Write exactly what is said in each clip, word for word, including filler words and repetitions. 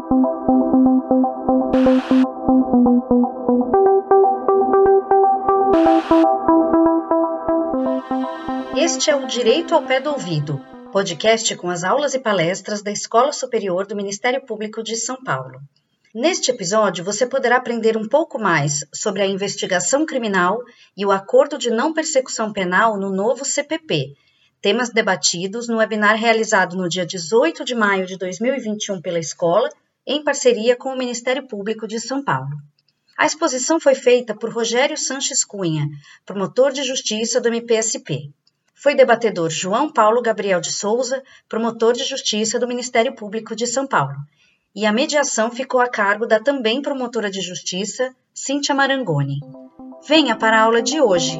Este é o Direito ao Pé do Ouvido, podcast com as aulas e palestras da Escola Superior do Ministério Público de São Paulo. Neste episódio, você poderá aprender um pouco mais sobre a investigação criminal e o acordo de não persecução penal no novo C P P, temas debatidos no webinar realizado no dia dezoito de maio de dois mil e vinte e um pela escola, em parceria com o Ministério Público de São Paulo. A exposição foi feita por Rogério Sanches Cunha, promotor de justiça do M P S P. Foi debatedor João Paulo Gabriel de Souza, promotor de justiça do Ministério Público de São Paulo. E a mediação ficou a cargo da também promotora de justiça, Cíntia Marangoni. Venha para a aula de hoje.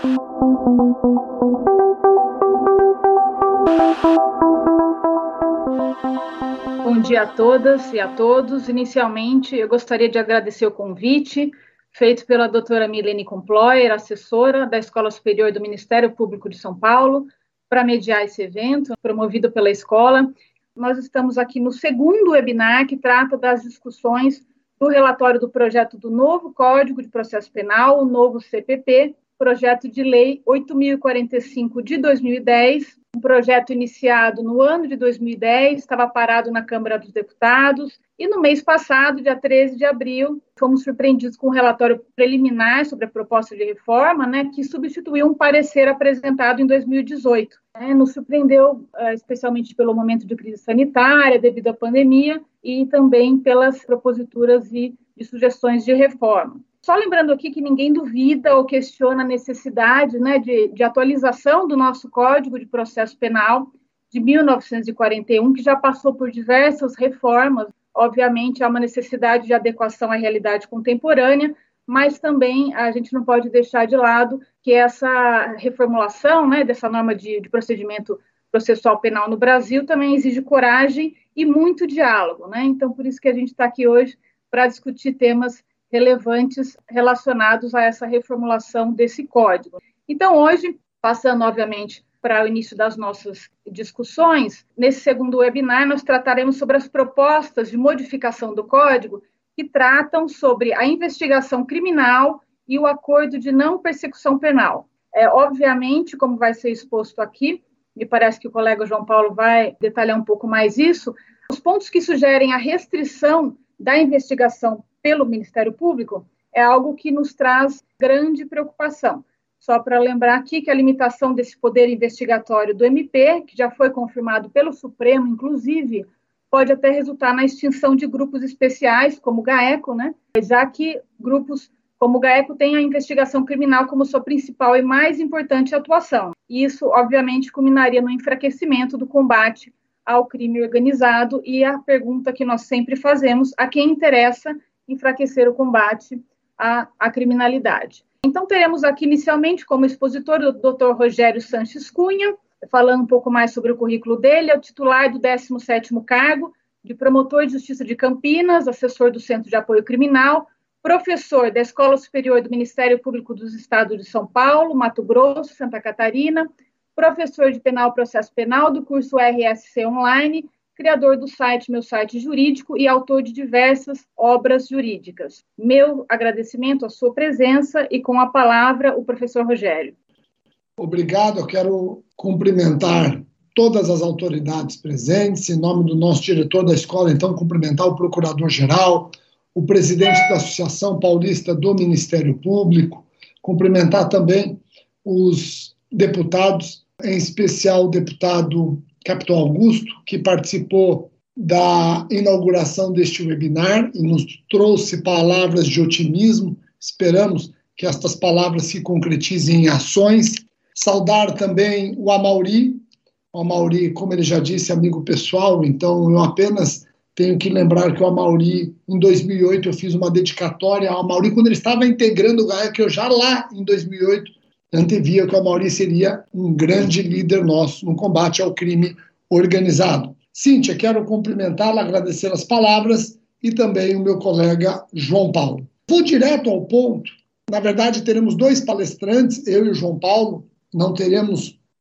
Bom dia a todas e a todos. Inicialmente, eu gostaria de agradecer o convite feito pela doutora Milene Comployer, assessora da Escola Superior do Ministério Público de São Paulo, para mediar esse evento, promovido pela escola. Nós estamos aqui no segundo webinar, que trata das discussões do relatório do projeto do novo Código de Processo Penal, o novo C P P, projeto de lei oito mil e quarenta e cinco de dois mil e dez, um projeto iniciado no ano de dois mil e dez, estava parado na Câmara dos Deputados, e no mês passado, dia treze de abril, fomos surpreendidos com um relatório preliminar sobre a proposta de reforma, né, que substituiu um parecer apresentado em dois mil e dezoito. É, nos surpreendeu uh, especialmente pelo momento de crise sanitária, devido à pandemia, e também pelas proposituras e de sugestões de reforma. Só lembrando aqui que ninguém duvida ou questiona a necessidade, né, de, de atualização do nosso Código de Processo Penal de mil novecentos e quarenta e um, que já passou por diversas reformas. Obviamente, há uma necessidade de adequação à realidade contemporânea, mas também a gente não pode deixar de lado que essa reformulação, né, dessa norma de, de procedimento processual penal no Brasil também exige coragem e muito diálogo, né? Então, por isso que a gente está aqui hoje para discutir temas relevantes relacionados a essa reformulação desse código. Então, hoje, passando, obviamente, para o início das nossas discussões, nesse segundo webinar, nós trataremos sobre as propostas de modificação do código que tratam sobre a investigação criminal e o acordo de não persecução penal. É, obviamente, como vai ser exposto aqui, me parece que o colega João Paulo vai detalhar um pouco mais isso, os pontos que sugerem a restrição da investigação pelo Ministério Público é algo que nos traz grande preocupação. Só para lembrar aqui que a limitação desse poder investigatório do M P, que já foi confirmado pelo Supremo, inclusive, pode até resultar na extinção de grupos especiais, como o GAECO, né? Já que grupos como o GAECO têm a investigação criminal como sua principal e mais importante atuação. E isso, obviamente, culminaria no enfraquecimento do combate ao crime organizado, e a pergunta que nós sempre fazemos: a quem interessa enfraquecer o combate à, à criminalidade? Então, teremos aqui inicialmente como expositor o doutor Rogério Sanches Cunha, falando um pouco mais sobre o currículo dele. É o titular do décimo sétimo cargo de promotor de justiça de Campinas, assessor do Centro de Apoio Criminal, professor da Escola Superior do Ministério Público dos Estados de São Paulo, Mato Grosso, Santa Catarina, professor de Penal e Processo Penal do curso R S C Online, criador do site Meu Site Jurídico e autor de diversas obras jurídicas. Meu agradecimento à sua presença, e com a palavra o professor Rogério. Obrigado, eu quero cumprimentar todas as autoridades presentes, em nome do nosso diretor da escola, então cumprimentar o procurador-geral, o presidente da Associação Paulista do Ministério Público, cumprimentar também os deputados, em especial o deputado Capitão Augusto, que participou da inauguração deste webinar e nos trouxe palavras de otimismo. Esperamos que estas palavras se concretizem em ações. Saudar também o Amauri, o Amauri, como ele já disse, amigo pessoal, então eu apenas tenho que lembrar que o Amauri, em dois mil e oito, eu fiz uma dedicatória ao Amauri, quando ele estava integrando o GAECO, que eu já lá em dois mil e oito antevia que o Amauri seria um grande líder nosso no combate ao crime organizado. Cíntia, quero cumprimentá-la, agradecer as palavras, e também o meu colega João Paulo. Vou direto ao ponto. Na verdade, teremos dois palestrantes, eu e o João Paulo, não teremos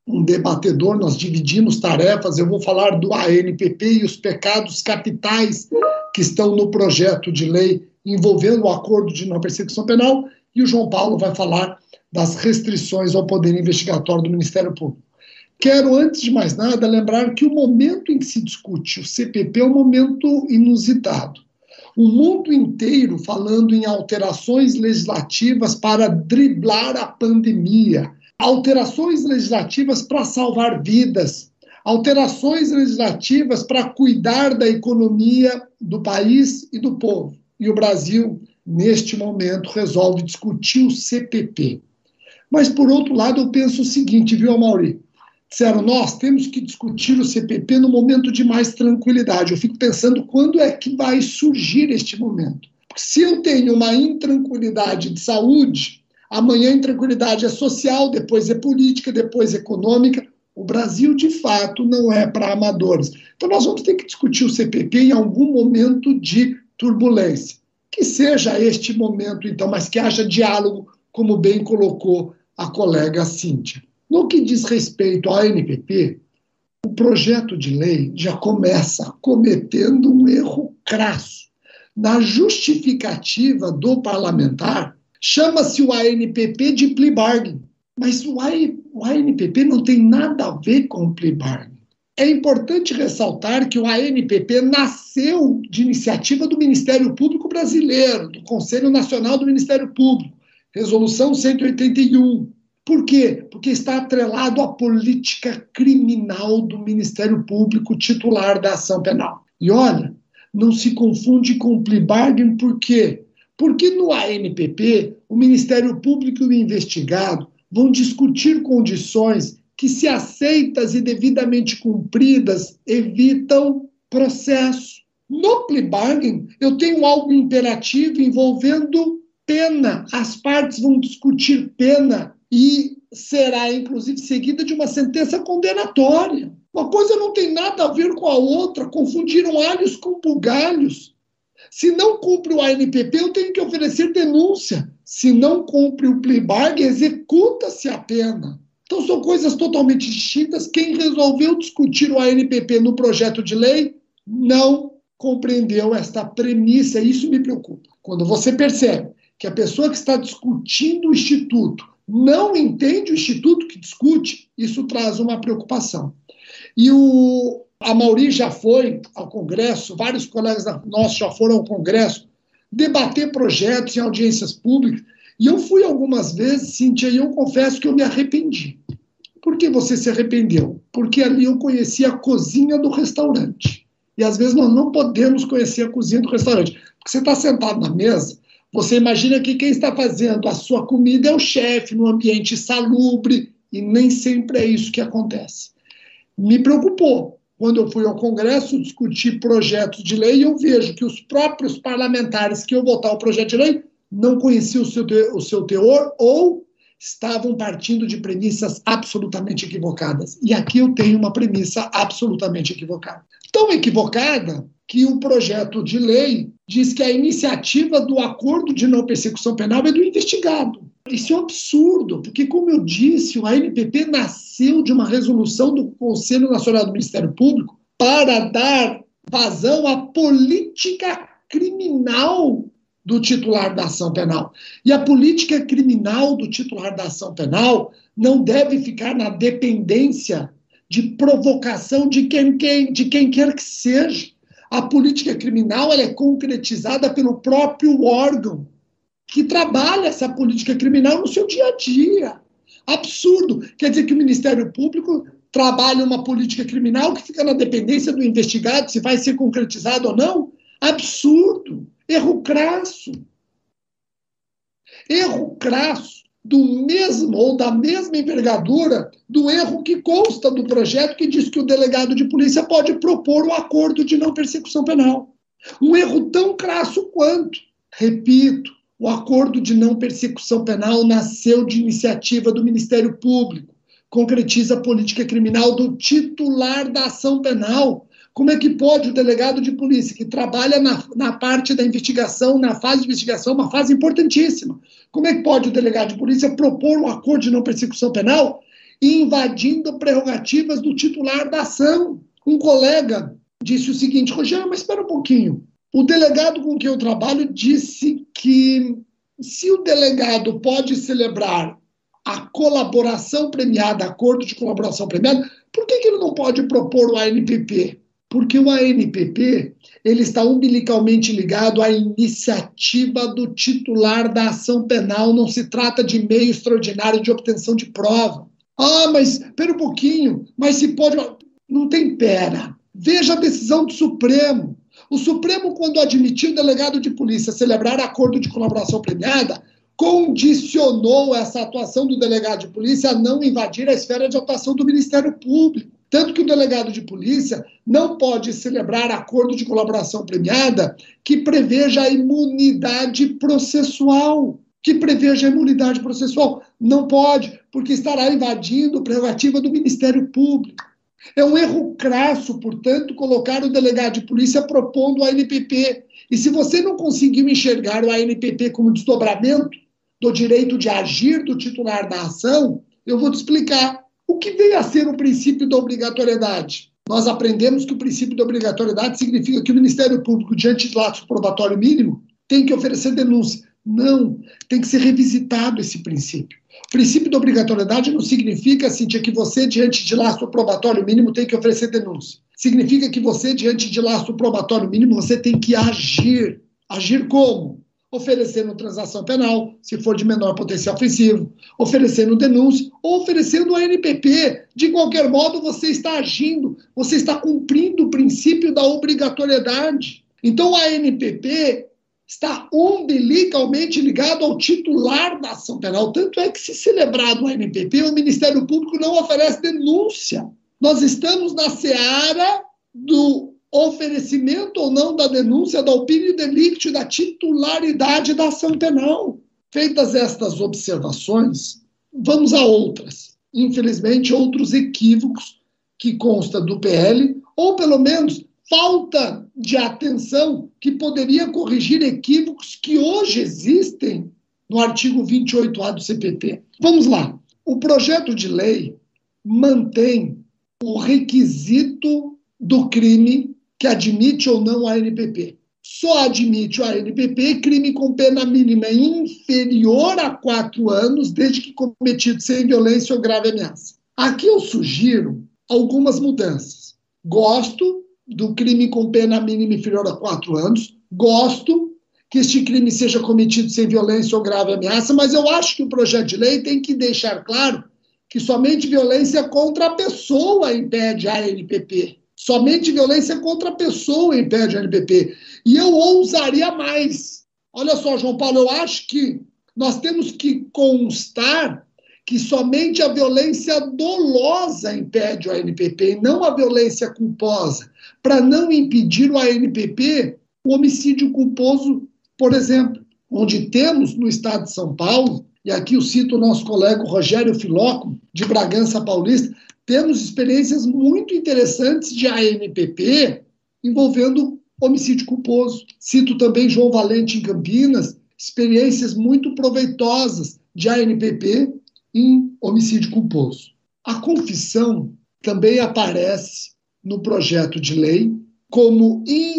um debatedor, nós dividimos tarefas, eu vou falar do A N P P e os pecados capitais que estão no projeto de lei envolvendo o acordo de não persecução penal, e o João Paulo vai falar das restrições ao poder investigatório do Ministério Público. Quero, antes de mais nada, lembrar que o momento em que se discute o C P P é um momento inusitado. O mundo inteiro falando em alterações legislativas para driblar a pandemia, alterações legislativas para salvar vidas, alterações legislativas para cuidar da economia do país e do povo. E o Brasil, neste momento, resolve discutir o C P P. Mas, por outro lado, eu penso o seguinte, viu, Amaury? Disseram, nós temos que discutir o C P P no momento de mais tranquilidade. Eu fico pensando quando é que vai surgir este momento. Porque se eu tenho uma intranquilidade de saúde, amanhã a intranquilidade é social, depois é política, depois é econômica. O Brasil, de fato, não é para amadores. Então, nós vamos ter que discutir o C P P em algum momento de turbulência. Que seja este momento, então, mas que haja diálogo, como bem colocou a colega Cíntia. No que diz respeito à A N P P, o projeto de lei já começa cometendo um erro crasso. Na justificativa do parlamentar, chama-se o A N P P de plea bargain, mas o A N P P não tem nada a ver com o plea bargain. É importante ressaltar que o A N P P nasceu de iniciativa do Ministério Público Brasileiro, do Conselho Nacional do Ministério Público, Resolução cento e oitenta e um. Por quê? Porque está atrelado à política criminal do Ministério Público titular da ação penal. E olha, não se confunde com o plea bargain, por quê? Porque no A N P P, o Ministério Público e o investigado vão discutir condições que, se aceitas e devidamente cumpridas, evitam processo. No plea bargain, eu tenho algo imperativo envolvendo pena. As partes vão discutir pena e será, inclusive, seguida de uma sentença condenatória. Uma coisa não tem nada a ver com a outra, confundiram alhos com bugalhos. Se não cumpre o A N P P, eu tenho que oferecer denúncia. Se não cumpre o plea bargain, executa-se a pena. Então são coisas totalmente distintas. Quem resolveu discutir o A N P P no projeto de lei não compreendeu esta premissa, e isso me preocupa. Quando você percebe que a pessoa que está discutindo o Instituto não entende o Instituto que discute, isso traz uma preocupação. E o Amaury já foi ao Congresso, vários colegas nossos já foram ao Congresso, debater projetos em audiências públicas, e eu fui algumas vezes, Cíntia, e eu confesso que eu me arrependi. Por que você se arrependeu? Porque ali eu conheci a cozinha do restaurante. E às vezes nós não podemos conhecer a cozinha do restaurante. Porque você está sentado na mesa, você imagina que quem está fazendo a sua comida é o chefe, num ambiente salubre, e nem sempre é isso que acontece. Me preocupou. Quando eu fui ao Congresso discutir projetos de lei, eu vejo que os próprios parlamentares que iam votar o projeto de lei não conheciam o seu, te- o seu teor ou estavam partindo de premissas absolutamente equivocadas. E aqui eu tenho uma premissa absolutamente equivocada. Tão equivocada que o projeto de lei diz que a iniciativa do acordo de não persecução penal é do investigado. Isso é um absurdo, porque, como eu disse, o A N P P nasceu de uma resolução do Conselho Nacional do Ministério Público para dar vazão à política criminal do titular da ação penal. E a política criminal do titular da ação penal não deve ficar na dependência de provocação de quem, quem, de quem quer que seja. A política criminal ela é concretizada pelo próprio órgão que trabalha essa política criminal no seu dia a dia. Absurdo. Quer dizer que o Ministério Público trabalha uma política criminal que fica na dependência do investigado se vai ser concretizado ou não? Absurdo. Erro crasso. Erro crasso do mesmo ou da mesma envergadura do erro que consta do projeto que diz que o delegado de polícia pode propor o acordo de não persecução penal. Um erro tão crasso quanto, repito, o acordo de não persecução penal nasceu de iniciativa do Ministério Público, concretiza a política criminal do titular da ação penal. Como é que pode o delegado de polícia, que trabalha na, na parte da investigação, na fase de investigação, uma fase importantíssima, como é que pode o delegado de polícia propor um acordo de não persecução penal e invadindo prerrogativas do titular da ação. Um colega disse o seguinte: Rogério, mas espera um pouquinho. O delegado com quem eu trabalho disse que se o delegado pode celebrar a colaboração premiada, acordo de colaboração premiada, por que, que ele não pode propor o A N P P? Porque o A N P P ele está umbilicalmente ligado à iniciativa do titular da ação penal, não se trata de meio extraordinário de obtenção de prova. Ah, mas espera um pouquinho, mas se pode... Não tem pera. Veja a decisão do Supremo. O Supremo, quando admitiu o delegado de polícia celebrar acordo de colaboração premiada, condicionou essa atuação do delegado de polícia a não invadir a esfera de atuação do Ministério Público. Tanto que o delegado de polícia não pode celebrar acordo de colaboração premiada que preveja a imunidade processual. Que preveja a imunidade processual. Não pode, porque estará invadindo a prerrogativa do Ministério Público. É um erro crasso, portanto, colocar o delegado de polícia propondo o A N P P. E se você não conseguiu enxergar o A N P P como desdobramento do direito de agir do titular da ação, eu vou te explicar. O que vem a ser o princípio da obrigatoriedade? Nós aprendemos que o princípio da obrigatoriedade significa que o Ministério Público, diante de lapso probatório mínimo, tem que oferecer denúncia. Não, tem que ser revisitado esse princípio. O princípio da obrigatoriedade não significa, Cíntia, que você, diante de lastro probatório mínimo, tem que oferecer denúncia. Significa que você, diante de lastro probatório mínimo, você tem que agir. Agir como? Oferecendo transação penal, se for de menor potencial ofensivo, oferecendo denúncia ou oferecendo a N P P. De qualquer modo, você está agindo, você está cumprindo o princípio da obrigatoriedade. Então, a N P P está umbilicalmente ligado ao titular da ação penal. Tanto é que, se celebrado o A N P P, o Ministério Público não oferece denúncia. Nós estamos na seara do oferecimento ou não da denúncia, da opinio delicti, da titularidade da ação penal. Feitas estas observações, vamos a outras. Infelizmente, outros equívocos que consta do P L, ou pelo menos falta de atenção que poderia corrigir equívocos que hoje existem no artigo vinte e oito A do C P T. Vamos lá. O projeto de lei mantém o requisito do crime que admite ou não a N P P. Só admite a N P P crime com pena mínima inferior a quatro anos, desde que cometido sem violência ou grave ameaça. Aqui eu sugiro algumas mudanças. Gosto do crime com pena mínima inferior a quatro anos, gosto que este crime seja cometido sem violência ou grave ameaça, mas eu acho que o projeto de lei tem que deixar claro que somente violência contra a pessoa impede a N P P. Somente violência contra a pessoa impede a N P P. E eu ousaria mais. Olha só, João Paulo, eu acho que nós temos que constar que somente a violência dolosa impede o A N P P e não a violência culposa, para não impedir o A N P P o homicídio culposo, por exemplo, onde temos no estado de São Paulo, e aqui eu cito o nosso colega Rogério Filóco, de Bragança Paulista, temos experiências muito interessantes de A N P P envolvendo homicídio culposo. Cito também João Valente em Campinas, experiências muito proveitosas de A N P P em homicídio culposo. A confissão também aparece no projeto de lei como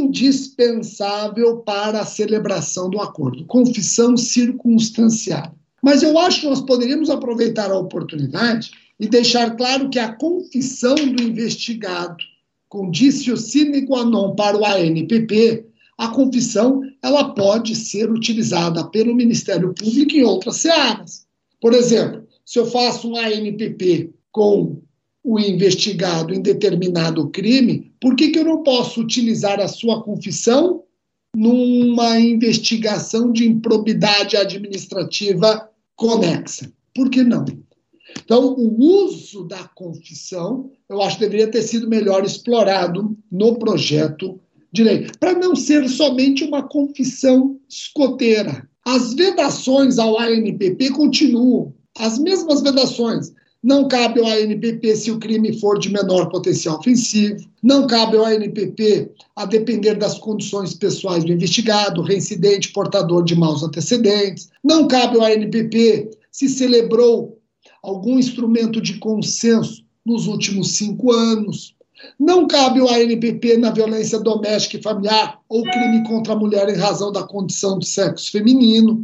indispensável para a celebração do acordo. Confissão circunstanciada. Mas eu acho que nós poderíamos aproveitar a oportunidade e deixar claro que a confissão do investigado, conditio sine qua non para o A N P P, a confissão ela pode ser utilizada pelo Ministério Público em outras searas. Por exemplo, se eu faço um A N P P com o investigado em determinado crime, por que que eu não posso utilizar a sua confissão numa investigação de improbidade administrativa conexa? Por que não? Então, o uso da confissão, eu acho que deveria ter sido melhor explorado no projeto de lei, para não ser somente uma confissão escoteira. As vedações ao A N P P continuam, as mesmas vedações. Não cabe ao A N P P se o crime for de menor potencial ofensivo, não cabe ao A N P P a depender das condições pessoais do investigado, reincidente, portador de maus antecedentes, não cabe ao A N P P se celebrou algum instrumento de consenso nos últimos cinco anos. Não cabe o A N P P na violência doméstica e familiar ou crime contra a mulher em razão da condição de sexo feminino.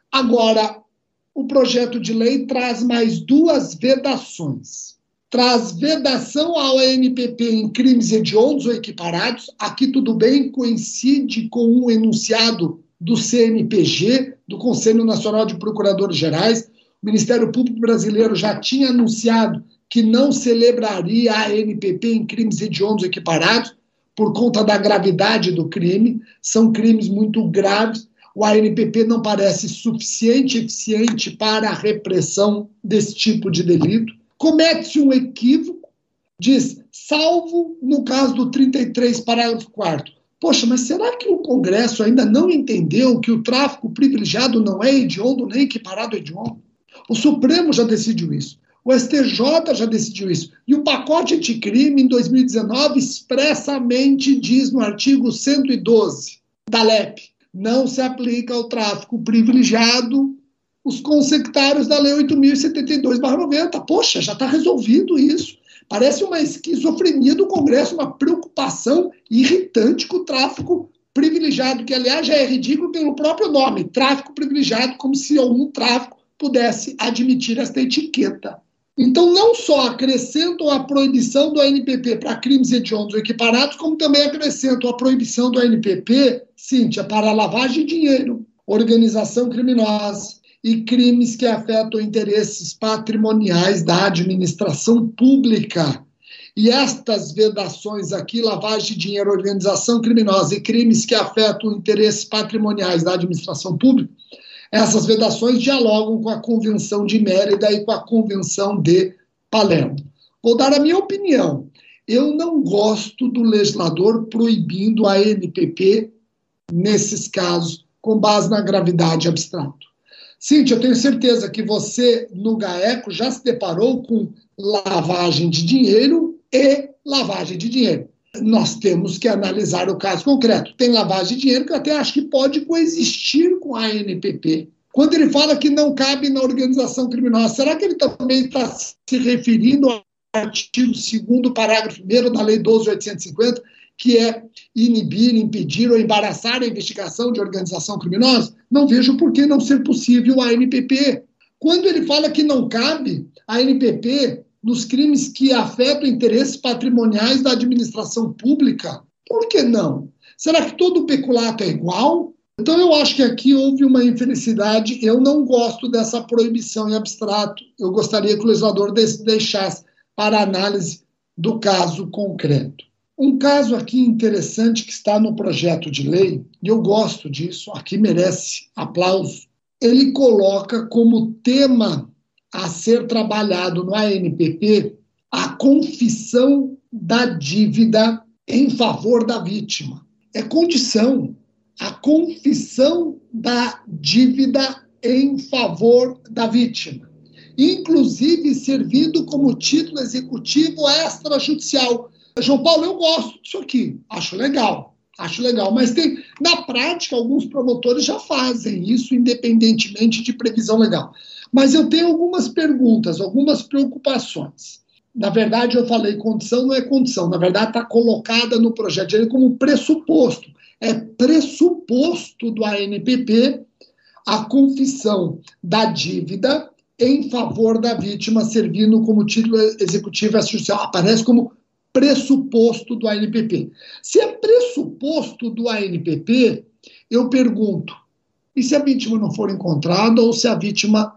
Agora, o projeto de lei traz mais duas vedações. Traz vedação ao A N P P em crimes hediondos ou equiparados. Aqui tudo bem, coincide com um enunciado do C N P G, do Conselho Nacional de Procuradores Gerais. O Ministério Público Brasileiro já tinha anunciado que não celebraria a A N P P em crimes hediondos ou equiparados por conta da gravidade do crime. São crimes muito graves. O A N P P não parece suficiente, eficiente para a repressão desse tipo de delito. Comete-se um equívoco, diz, salvo no caso do trinta e três, parágrafo quarto. Poxa, mas será que o Congresso ainda não entendeu que o tráfico privilegiado não é hediondo nem equiparado a hediondo? O Supremo já decidiu isso. O S T J já decidiu isso. E o pacote anticrime, em dois mil e dezenove, expressamente diz no artigo cento e doze da L E P, não se aplica ao tráfico privilegiado os consectários da Lei oito mil e setenta e dois barra noventa. Poxa, já está resolvido isso. Parece uma esquizofrenia do Congresso, uma preocupação irritante com o tráfico privilegiado, que, aliás, já é ridículo pelo próprio nome, tráfico privilegiado, como se algum tráfico pudesse admitir esta etiqueta. Então, não só acrescentam a proibição do A N P P para crimes hediondos ou equiparados, como também acrescentam a proibição do A N P P, Cíntia, para lavagem de dinheiro, organização criminosa e crimes que afetam interesses patrimoniais da administração pública. E estas vedações aqui, lavagem de dinheiro, organização criminosa e crimes que afetam interesses patrimoniais da administração pública, essas vedações dialogam com a Convenção de Mérida e com a Convenção de Palermo. Vou dar a minha opinião. Eu não gosto do legislador proibindo a A N P P nesses casos, com base na gravidade abstrata. Cíntia, eu tenho certeza que você, no GAECO, já se deparou com lavagem de dinheiro e lavagem de dinheiro. Nós temos que analisar o caso concreto. Tem lavagem de dinheiro que eu até acho que pode coexistir com a A N P P. Quando ele fala que não cabe na organização criminosa, será que ele também está se referindo ao artigo segundo, parágrafo primeiro da Lei doze mil oitocentos e cinquenta, que é inibir, impedir ou embaraçar a investigação de organização criminosa? Não vejo por que não ser possível a A N P P. Quando ele fala que não cabe a A N P P nos crimes que afetam interesses patrimoniais da administração pública, por que não? Será que todo peculato é igual? Então eu acho que aqui houve uma infelicidade. Eu não gosto dessa proibição em abstrato. Eu gostaria que o legislador deixasse para análise do caso concreto. Um caso aqui interessante que está no projeto de lei, e eu gosto disso, aqui merece aplauso, ele coloca como tema a ser trabalhado no A N P P a confissão da dívida em favor da vítima. É condição, a confissão da dívida em favor da vítima, inclusive servindo como título executivo extrajudicial. João Paulo, eu gosto disso aqui, acho legal, acho legal, mas tem, na prática, alguns promotores já fazem isso independentemente de previsão legal. Mas eu tenho algumas perguntas, algumas preocupações. Na verdade, eu falei condição, não é condição, na verdade está colocada no projeto de lei como pressuposto. É pressuposto do A N P P a confissão da dívida em favor da vítima, servindo como título executivo extrajudicial. Aparece como pressuposto do A N P P. Se é pressuposto do A N P P, eu pergunto, e se a vítima não for encontrada ou se a vítima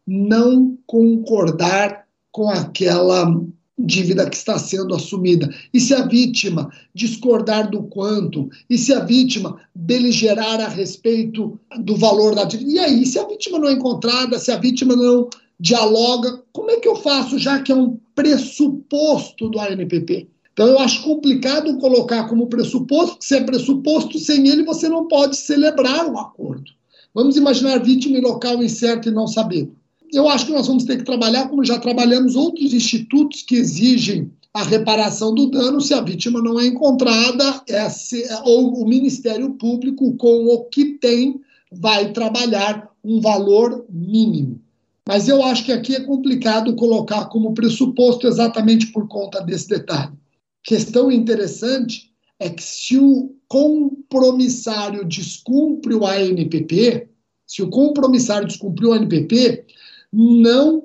não concordar com aquela dívida que está sendo assumida? E se a vítima discordar do quanto? E se a vítima beligerar a respeito do valor da dívida? E aí, se a vítima não é encontrada, se a vítima não dialoga, como é que eu faço, já que é um pressuposto do A N P P? Então, eu acho complicado colocar como pressuposto, porque se é pressuposto, sem ele você não pode celebrar o acordo. Vamos imaginar vítima em local incerto e não sabido. Eu acho que nós vamos ter que trabalhar, como já trabalhamos outros institutos que exigem a reparação do dano, se a vítima não é encontrada, esse, ou o Ministério Público, com o que tem, vai trabalhar um valor mínimo. Mas eu acho que aqui é complicado colocar como pressuposto exatamente por conta desse detalhe. Questão interessante é que se o compromissário descumpre o A N P P, se o compromissário descumprir o A N P P, não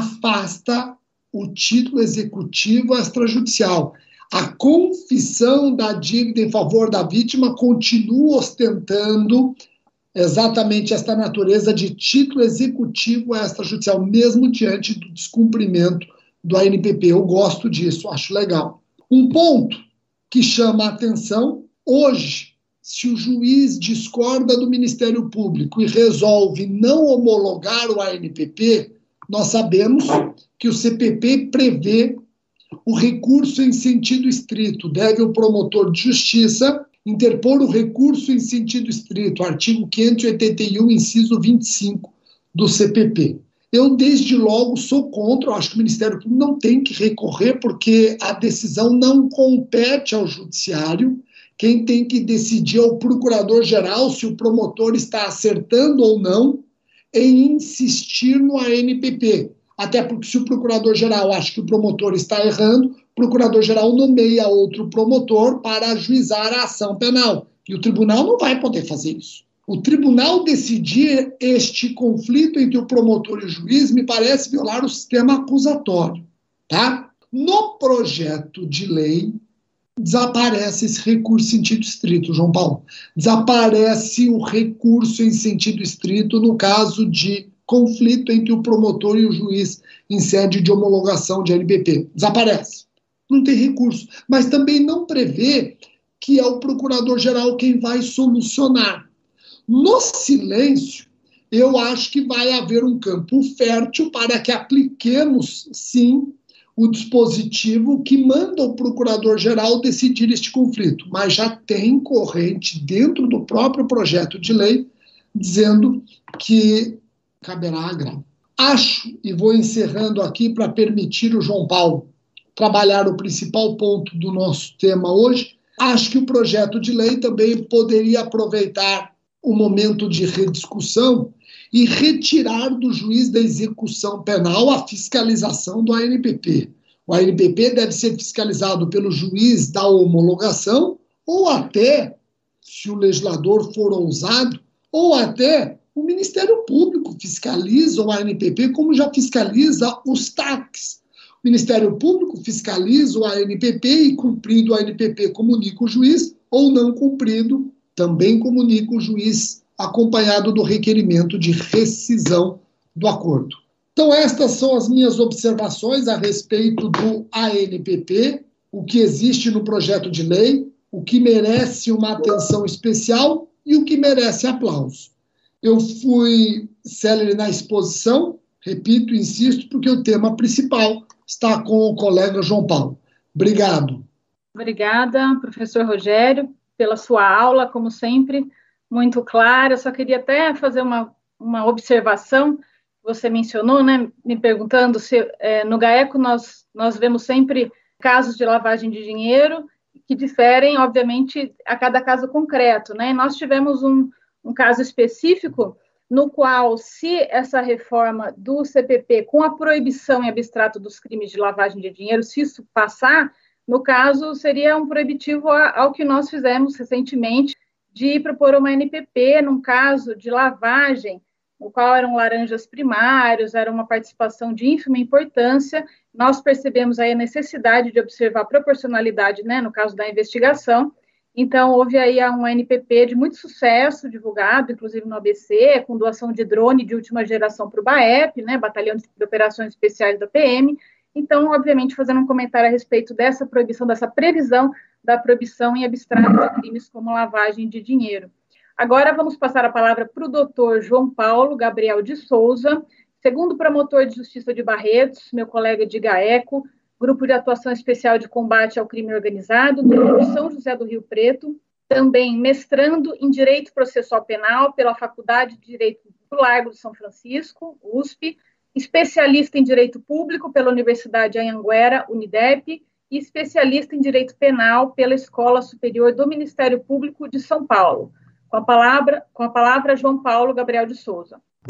afasta o título executivo extrajudicial. A confissão da dívida em favor da vítima continua ostentando exatamente esta natureza de título executivo extrajudicial, mesmo diante do descumprimento do A N P P. Eu gosto disso, acho legal. Um ponto que chama a atenção, hoje, se o juiz discorda do Ministério Público e resolve não homologar o A N P P, nós sabemos que o C P P prevê o recurso em sentido estrito. Deve o promotor de justiça interpor o recurso em sentido estrito, artigo quinhentos e oitenta e um, inciso vinte e cinco do C P P. Eu, desde logo, sou contra, eu acho que o Ministério Público não tem que recorrer, porque a decisão não compete ao judiciário. Quem tem que decidir é o procurador-geral se o promotor está acertando ou não em insistir no A N P P. Até porque se o procurador-geral acha que o promotor está errando, o procurador-geral nomeia outro promotor para ajuizar a ação penal. E o tribunal não vai poder fazer isso. O tribunal decidir este conflito entre o promotor e o juiz me parece violar o sistema acusatório, tá? No projeto de lei, desaparece esse recurso em sentido estrito, João Paulo. Desaparece o recurso em sentido estrito no caso de conflito entre o promotor e o juiz em sede de homologação de A N P P. Desaparece. Não tem recurso. Mas também não prevê que é o procurador-geral quem vai solucionar. No silêncio, eu acho que vai haver um campo fértil para que apliquemos, sim, o dispositivo que manda o procurador-geral decidir este conflito. Mas já tem corrente dentro do próprio projeto de lei dizendo que caberá agravo. Acho, e vou encerrando aqui para permitir o João Paulo trabalhar o principal ponto do nosso tema hoje, acho que o projeto de lei também poderia aproveitar o momento de rediscussão e retirar do juiz da execução penal a fiscalização do A N P P. O A N P P deve ser fiscalizado pelo juiz da homologação, ou até, se o legislador for ousado, ou até o Ministério Público fiscaliza o A N P P como já fiscaliza os T A Cs. O Ministério Público fiscaliza o A N P P e, cumprido o A N P P, comunica o juiz, ou não cumprido, também comunica o juiz, acompanhado do requerimento de rescisão do acordo. Então, estas são as minhas observações a respeito do A N P P, o que existe no projeto de lei, o que merece uma atenção especial e o que merece aplauso. Eu fui célere na exposição, repito, insisto, porque o tema principal está com o colega João Paulo. Obrigado. Obrigada, professor Rogério, pela sua aula, como sempre, muito clara. Eu só queria até fazer uma, uma observação. Você mencionou, né, me perguntando se é, no GAECO nós, nós vemos sempre casos de lavagem de dinheiro que diferem, obviamente, a cada caso concreto, né? Nós tivemos um, um caso específico no qual, se essa reforma do C P P, com a proibição em abstrato dos crimes de lavagem de dinheiro, se isso passar, no caso, seria um proibitivo ao que nós fizemos recentemente de propor uma N P P, num caso de lavagem, no qual eram laranjas primários, era uma participação de ínfima importância. Nós percebemos aí a necessidade de observar a proporcionalidade, né, no caso da investigação. Então, houve aí um N P P de muito sucesso, divulgado, inclusive no A B C, com doação de drone de última geração para o BAEP, né, Batalhão de Operações Especiais da P M. Então, obviamente, fazendo um comentário a respeito dessa proibição, dessa previsão da proibição em abstrato de crimes como lavagem de dinheiro. Agora, vamos passar a palavra para o doutor João Paulo Gabriel de Souza, segundo promotor de Justiça de Barretos, meu colega de GAECO, Grupo de Atuação Especial de Combate ao Crime Organizado, do São José do Rio Preto, também mestrando em Direito Processual Penal pela Faculdade de Direito do Largo de São Francisco, U S P, especialista em Direito Público pela Universidade Anhanguera, Unidep, e especialista em Direito Penal pela Escola Superior do Ministério Público de São Paulo. Com a palavra, com a palavra João Paulo Gabriel de Souza.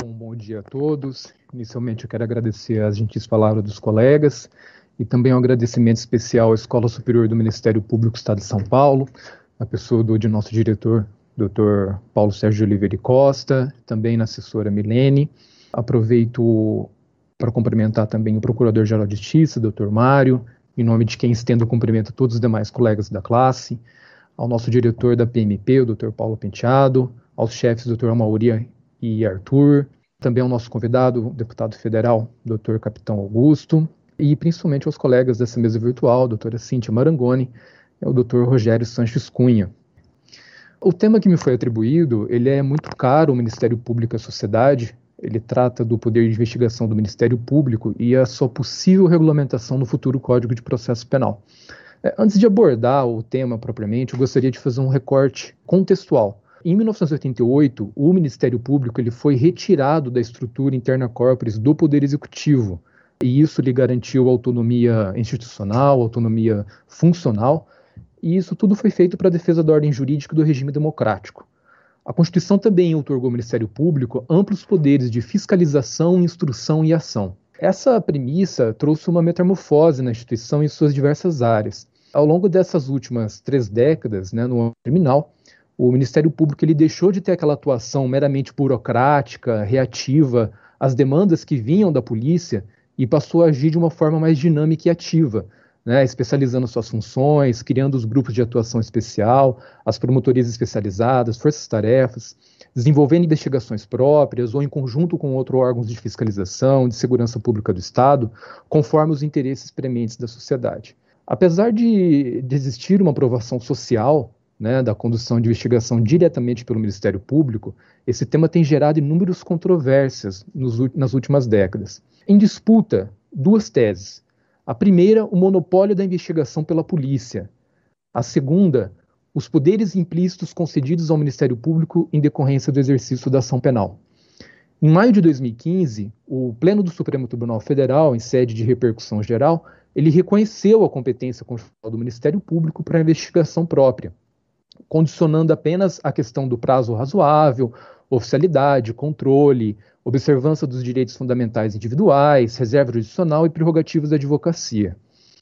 Um bom dia a todos. Inicialmente eu quero agradecer as gentis palavras dos colegas e também um agradecimento especial à Escola Superior do Ministério Público do Estado de São Paulo, a pessoa do, de nosso diretor, doutor Paulo Sérgio de Oliveira e Costa, também na assessora Milene. Aproveito para cumprimentar também o Procurador-Geral de Justiça, doutor Mário, em nome de quem estendo o cumprimento a todos os demais colegas da classe, ao nosso diretor da P M P, o doutor Paulo Penteado, aos chefes doutor Amaury e Arthur, também ao nosso convidado, o deputado federal, doutor Capitão Augusto, e principalmente aos colegas dessa mesa virtual, doutora Cíntia Marangoni e o doutor Rogério Sanches Cunha. O tema que me foi atribuído, ele é muito caro ao Ministério Público e à sociedade. Ele trata do poder de investigação do Ministério Público e a sua possível regulamentação no futuro Código de Processo Penal. É, antes de abordar o tema propriamente, eu gostaria de fazer um recorte contextual. Em mil novecentos e oitenta e oito, o Ministério Público ele foi retirado da estrutura interna corporis do Poder Executivo, e isso lhe garantiu autonomia institucional, autonomia funcional, e isso tudo foi feito para a defesa da ordem jurídica e do regime democrático. A Constituição também outorgou ao Ministério Público amplos poderes de fiscalização, instrução e ação. Essa premissa trouxe uma metamorfose na instituição em suas diversas áreas. Ao longo dessas últimas três décadas, né, no âmbito criminal, o Ministério Público ele deixou de ter aquela atuação meramente burocrática, reativa às demandas que vinham da polícia e passou a agir de uma forma mais dinâmica e ativa, né, especializando suas funções, criando os grupos de atuação especial, as promotorias especializadas, forças-tarefas, desenvolvendo investigações próprias ou em conjunto com outros órgãos de fiscalização, de segurança pública do Estado, conforme os interesses prementes da sociedade. Apesar de, de existir uma aprovação social, né, da condução de investigação diretamente pelo Ministério Público, esse tema tem gerado inúmeras controvérsias nos, nas últimas décadas. Em disputa, duas teses. A primeira, o monopólio da investigação pela polícia. A segunda, os poderes implícitos concedidos ao Ministério Público em decorrência do exercício da ação penal. Em maio de dois mil e quinze, o Pleno do Supremo Tribunal Federal, em sede de repercussão geral, ele reconheceu a competência constitucional do Ministério Público para a investigação própria, condicionando apenas a questão do prazo razoável, oficialidade, controle, observância dos direitos fundamentais individuais, reserva judicional e prerrogativas da advocacia.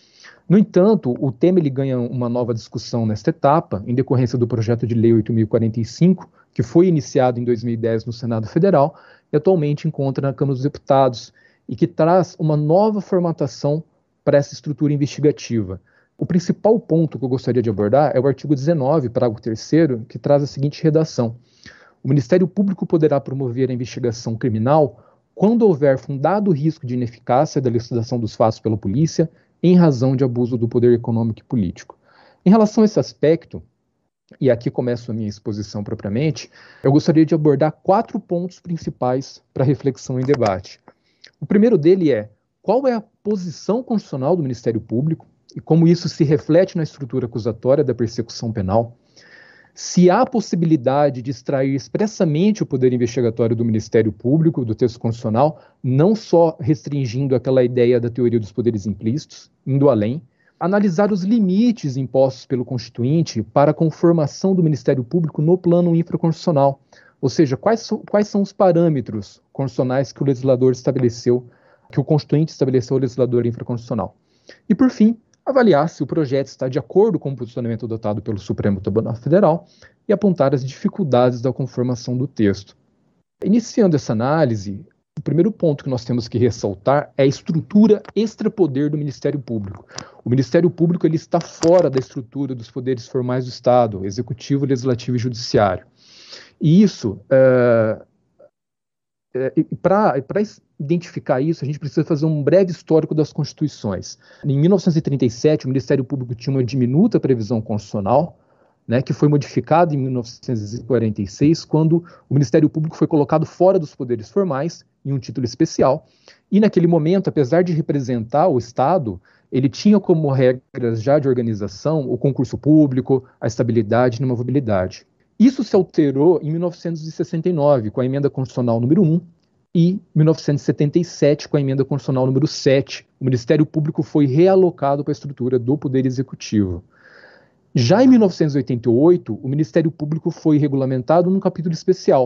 No entanto, o tema ele ganha uma nova discussão nesta etapa, em decorrência do projeto de lei oito mil e quarenta e cinco, que foi iniciado em dois mil e dez no Senado Federal e atualmente encontra na Câmara dos Deputados, e que traz uma nova formatação para essa estrutura investigativa. O principal ponto que eu gostaria de abordar é o artigo dezenove, parágrafo terceiro, que traz a seguinte redação. O Ministério Público poderá promover a investigação criminal quando houver fundado risco de ineficácia da elucidação dos fatos pela polícia em razão de abuso do poder econômico e político. Em relação a esse aspecto, e aqui começo a minha exposição propriamente, eu gostaria de abordar quatro pontos principais para reflexão e debate. O primeiro dele é qual é a posição constitucional do Ministério Público e como isso se reflete na estrutura acusatória da persecução penal. Se há possibilidade de extrair expressamente o poder investigatório do Ministério Público, do texto constitucional, não só restringindo aquela ideia da teoria dos poderes implícitos, indo além, analisar os limites impostos pelo Constituinte para a conformação do Ministério Público no plano infraconstitucional, ou seja, quais, so, quais são os parâmetros constitucionais que o legislador estabeleceu, que o Constituinte estabeleceu ao legislador infraconstitucional. E, por fim, avaliar se o projeto está de acordo com o posicionamento adotado pelo Supremo Tribunal Federal e apontar as dificuldades da conformação do texto. Iniciando essa análise, o primeiro ponto que nós temos que ressaltar é a estrutura extrapoder do Ministério Público. O Ministério Público ele está fora da estrutura dos poderes formais do Estado, Executivo, Legislativo e Judiciário. E isso, é, é, para identificar isso, a gente precisa fazer um breve histórico das constituições. Em mil novecentos e trinta e sete, o Ministério Público tinha uma diminuta previsão constitucional, né, que foi modificada em mil novecentos e quarenta e seis, quando o Ministério Público foi colocado fora dos poderes formais, em um título especial, e naquele momento, apesar de representar o Estado, ele tinha como regras já de organização o concurso público, a estabilidade e a imobilidade. Isso se alterou em mil novecentos e sessenta e nove, com a Emenda Constitucional número um, e mil novecentos e setenta e sete, com a Emenda Constitucional número sete, o Ministério Público foi realocado para a estrutura do Poder Executivo. Já em mil novecentos e oitenta e oito, o Ministério Público foi regulamentado num capítulo especial,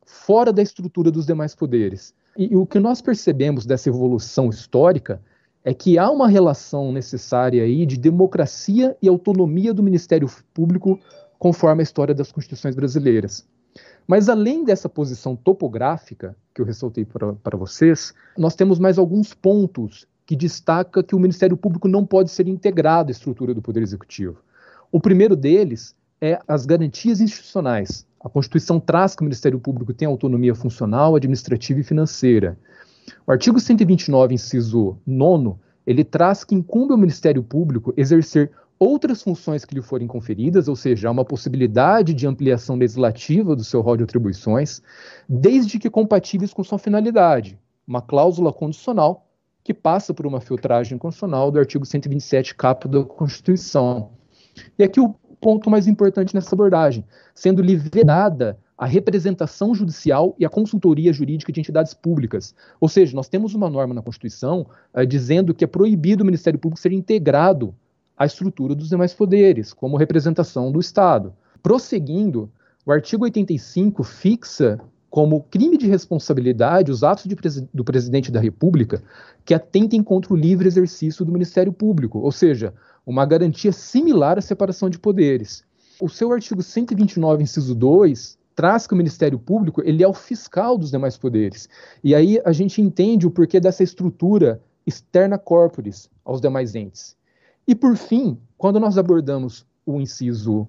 fora da estrutura dos demais poderes. E, e o que nós percebemos dessa evolução histórica é que há uma relação necessária aí de democracia e autonomia do Ministério Público conforme a história das constituições brasileiras. Mas além dessa posição topográfica, que eu ressaltei para vocês, nós temos mais alguns pontos que destacam que o Ministério Público não pode ser integrado à estrutura do Poder Executivo. O primeiro deles é as garantias institucionais. A Constituição traz que o Ministério Público tem autonomia funcional, administrativa e financeira. O artigo cento e vinte e nove, inciso nono, ele traz que incumbe ao Ministério Público exercer outras funções que lhe forem conferidas, ou seja, há uma possibilidade de ampliação legislativa do seu rol de atribuições, desde que compatíveis com sua finalidade, uma cláusula condicional que passa por uma filtragem constitucional do artigo cento e vinte e sete, caput da Constituição. E aqui o ponto mais importante nessa abordagem, sendo liberada a representação judicial e a consultoria jurídica de entidades públicas. Ou seja, nós temos uma norma na Constituição uh, dizendo que é proibido o Ministério Público ser integrado à estrutura dos demais poderes, como representação do Estado. Prosseguindo, o artigo oitenta e cinco fixa como crime de responsabilidade os atos de presi- do Presidente da República que atentem contra o livre exercício do Ministério Público, ou seja, uma garantia similar à separação de poderes. O seu artigo cento e vinte e nove, inciso dois, traz que o Ministério Público ele é o fiscal dos demais poderes. E aí a gente entende o porquê dessa estrutura externa corporis aos demais entes. E por fim, quando nós abordamos o inciso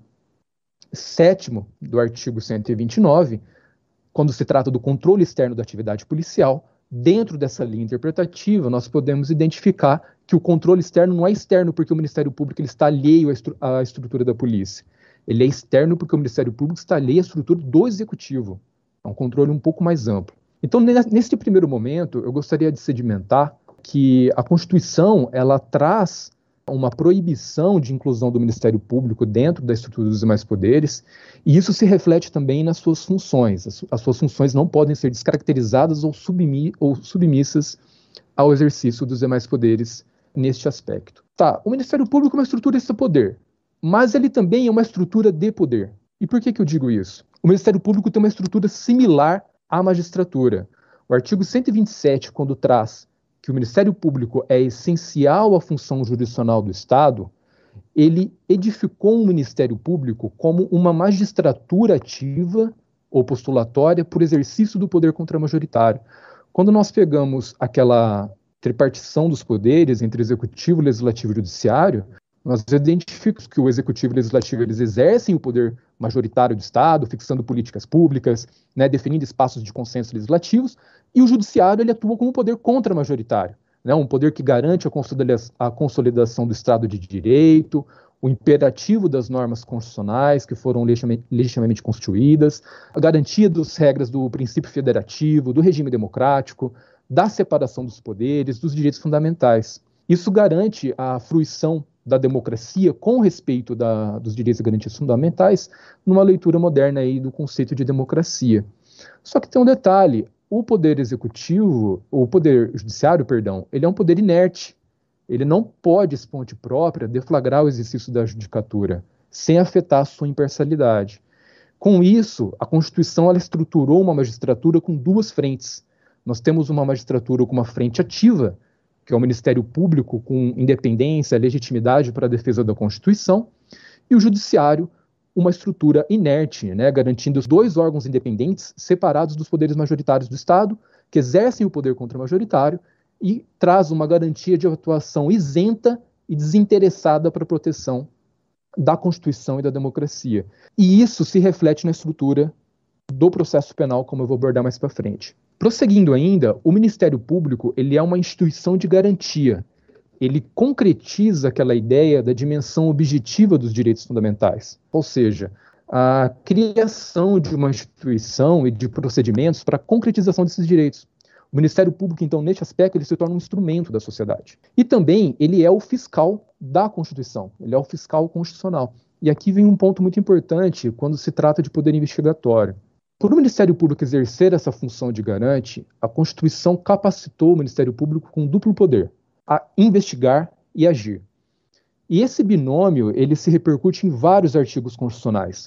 sétimo do artigo cento e vinte e nove, quando se trata do controle externo da atividade policial, dentro dessa linha interpretativa, nós podemos identificar que o controle externo não é externo porque o Ministério Público ele está alheio à, estru- à estrutura da polícia. Ele é externo porque o Ministério Público está alheio à estrutura do Executivo. É um controle um pouco mais amplo. Então, nesse primeiro momento, eu gostaria de sedimentar que a Constituição ela traz uma proibição de inclusão do Ministério Público dentro da estrutura dos demais poderes, e isso se reflete também nas suas funções. As, as suas funções não podem ser descaracterizadas ou, submi, ou submissas ao exercício dos demais poderes neste aspecto. Tá, o Ministério Público é uma estrutura de poder, mas ele também é uma estrutura de poder. E por que que eu digo isso? O Ministério Público tem uma estrutura similar à magistratura. O artigo cento e vinte e sete, quando traz que o Ministério Público é essencial à função jurisdicional do Estado, ele edificou o Ministério Público como uma magistratura ativa ou postulatória por exercício do poder contramajoritário. Quando nós pegamos aquela tripartição dos poderes entre Executivo, Legislativo e Judiciário, nós identificamos que o Executivo e o Legislativo eles exercem o poder majoritário do Estado, fixando políticas públicas, né, definindo espaços de consenso legislativos, e o Judiciário ele atua como poder contra-majoritário, né, um poder que garante a, consolida- a consolidação do Estado de Direito, o imperativo das normas constitucionais que foram legitimamente, legitimamente constituídas, a garantia das regras do princípio federativo, do regime democrático, da separação dos poderes, dos direitos fundamentais. Isso garante a fruição da democracia com respeito da, dos direitos e garantias fundamentais numa leitura moderna aí do conceito de democracia. Só que tem um detalhe, o poder executivo, o poder judiciário, perdão, ele é um poder inerte. Ele não pode, por ponte própria, deflagrar o exercício da judicatura, sem afetar a sua imparcialidade. Com isso, a Constituição ela estruturou uma magistratura com duas frentes. Nós temos uma magistratura com uma frente ativa, que é o Ministério Público com independência, legitimidade para a defesa da Constituição, e o Judiciário, uma estrutura inerte, né, garantindo os dois órgãos independentes separados dos poderes majoritários do Estado, que exercem o poder contra-majoritário e traz uma garantia de atuação isenta e desinteressada para a proteção da Constituição e da democracia. E isso se reflete na estrutura do processo penal, como eu vou abordar mais para frente. Prosseguindo ainda, o Ministério Público ele é uma instituição de garantia. Ele concretiza aquela ideia da dimensão objetiva dos direitos fundamentais. Ou seja, a criação de uma instituição e de procedimentos para a concretização desses direitos. O Ministério Público, então, neste aspecto, ele se torna um instrumento da sociedade. E também ele é o fiscal da Constituição, ele é o fiscal constitucional. E aqui vem um ponto muito importante quando se trata de poder investigatório. Por o Ministério Público exercer essa função de garante, a Constituição capacitou o Ministério Público com duplo poder, a investigar e agir. E esse binômio, ele se repercute em vários artigos constitucionais.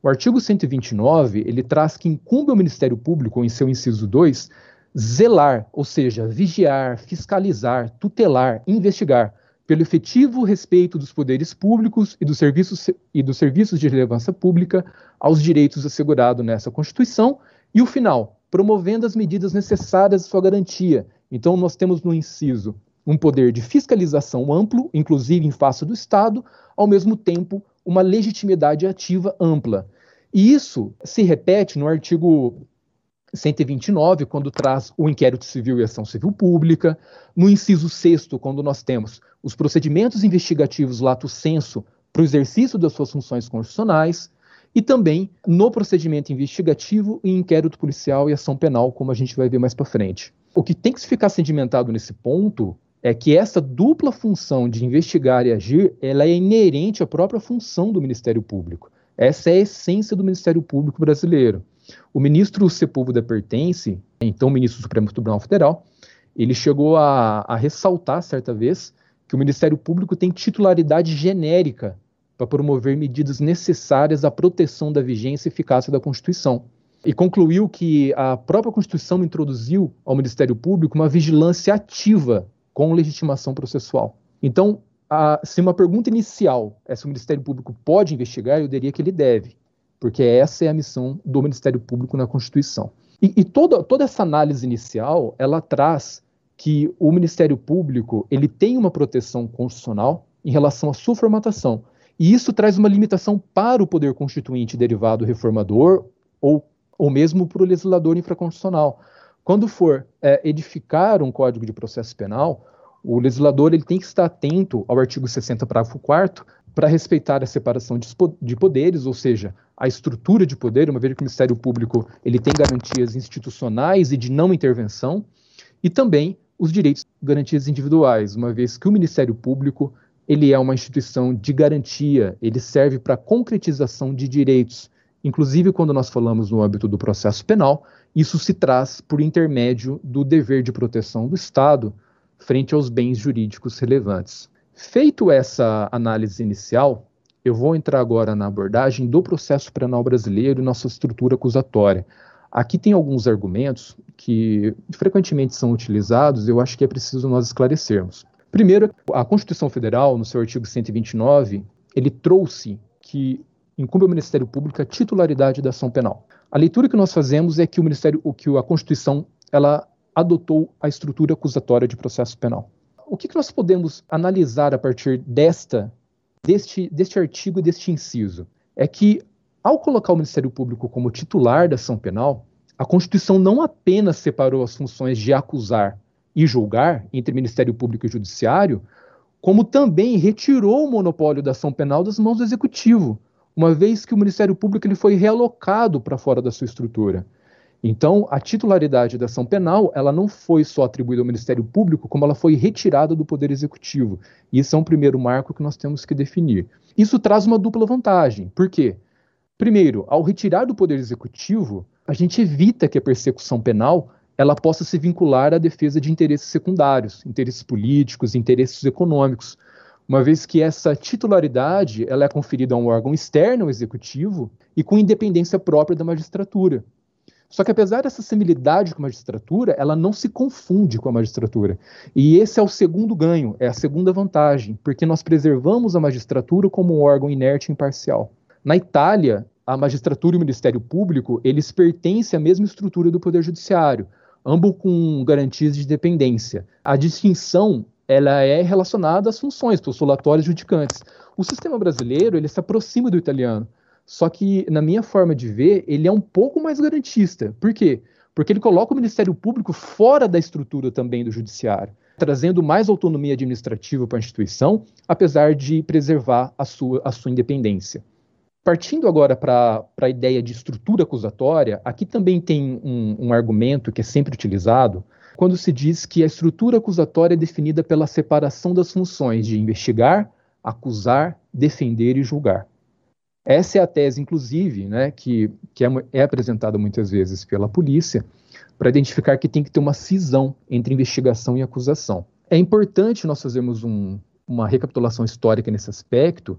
O artigo cento e vinte e nove, ele traz que incumbe ao Ministério Público, em seu inciso dois, zelar, ou seja, vigiar, fiscalizar, tutelar, investigar, pelo efetivo respeito dos poderes públicos e dos serviços, e dos serviços de relevância pública aos direitos assegurados nessa Constituição, e o final, promovendo as medidas necessárias à sua garantia. Então, nós temos no inciso um poder de fiscalização amplo, inclusive em face do Estado, ao mesmo tempo, uma legitimidade ativa ampla. E isso se repete no artigo cento e vinte e nove, quando traz o inquérito civil e ação civil pública, no inciso sexto, quando nós temos os procedimentos investigativos lato sensu para o exercício das suas funções constitucionais, e também no procedimento investigativo e inquérito policial e ação penal, como a gente vai ver mais para frente. O que tem que ficar sedimentado nesse ponto é que essa dupla função de investigar e agir, ela é inerente à própria função do Ministério Público. Essa é a essência do Ministério Público brasileiro. O ministro Sepúlveda Pertence, então ministro do Supremo Tribunal Federal, ele chegou a, a ressaltar, certa vez, que o Ministério Público tem titularidade genérica para promover medidas necessárias à proteção da vigência e eficácia da Constituição. E concluiu que a própria Constituição introduziu ao Ministério Público uma vigilância ativa com legitimação processual. Então, a, se uma pergunta inicial é se o Ministério Público pode investigar, eu diria que ele deve, porque essa é a missão do Ministério Público na Constituição. E, e toda, toda essa análise inicial, ela traz que o Ministério Público ele tem uma proteção constitucional em relação à sua formatação. E isso traz uma limitação para o poder constituinte derivado reformador ou, ou mesmo para o legislador infraconstitucional. Quando for é, edificar um Código de Processo Penal, o legislador ele tem que estar atento ao artigo sessenta, parágrafo quarto, para respeitar a separação de poderes, ou seja, a estrutura de poder, uma vez que o Ministério Público ele tem garantias institucionais e de não intervenção, e também os direitos e garantias individuais, uma vez que o Ministério Público ele é uma instituição de garantia, ele serve para a concretização de direitos. Inclusive, quando nós falamos no âmbito do processo penal, isso se traz por intermédio do dever de proteção do Estado frente aos bens jurídicos relevantes. Feito essa análise inicial, eu vou entrar agora na abordagem do processo penal brasileiro e nossa estrutura acusatória. Aqui tem alguns argumentos que frequentemente são utilizados, eu acho que é preciso nós esclarecermos. Primeiro, a Constituição Federal, no seu artigo cento e vinte e nove, ele trouxe que incumbe ao Ministério Público a titularidade da ação penal. A leitura que nós fazemos é que o Ministério, o que a Constituição, ela adotou a estrutura acusatória de processo penal. O que, que nós podemos analisar a partir desta, deste, deste artigo e deste inciso? É que, ao colocar o Ministério Público como titular da ação penal, a Constituição não apenas separou as funções de acusar e julgar entre Ministério Público e Judiciário, como também retirou o monopólio da ação penal das mãos do Executivo, uma vez que o Ministério Público ele foi realocado para fora da sua estrutura. Então, a titularidade da ação penal, ela não foi só atribuída ao Ministério Público, como ela foi retirada do Poder Executivo. E esse é um primeiro marco que nós temos que definir. Isso traz uma dupla vantagem. Por quê? Primeiro, ao retirar do Poder Executivo, a gente evita que a persecução penal ela possa se vincular à defesa de interesses secundários, interesses políticos, interesses econômicos, uma vez que essa titularidade ela é conferida a um órgão externo ao Executivo e com independência própria da magistratura. Só que apesar dessa similitude com a magistratura, ela não se confunde com a magistratura. E esse é o segundo ganho, é a segunda vantagem, porque nós preservamos a magistratura como um órgão inerte e imparcial. Na Itália, a magistratura e o Ministério Público, eles pertencem à mesma estrutura do Poder Judiciário, ambos com garantias de independência. A distinção ela é relacionada às funções postulatórias judicantes. O sistema brasileiro ele se aproxima do italiano, só que, na minha forma de ver, ele é um pouco mais garantista. Por quê? Porque ele coloca o Ministério Público fora da estrutura também do Judiciário, trazendo mais autonomia administrativa para a instituição, apesar de preservar a sua, a sua independência. Partindo agora para a ideia de estrutura acusatória, aqui também tem um, um argumento que é sempre utilizado, quando se diz que a estrutura acusatória é definida pela separação das funções de investigar, acusar, defender e julgar. Essa é a tese, inclusive, né, que, que é, é apresentada muitas vezes pela polícia, para identificar que tem que ter uma cisão entre investigação e acusação. É importante nós fazermos um, uma recapitulação histórica nesse aspecto,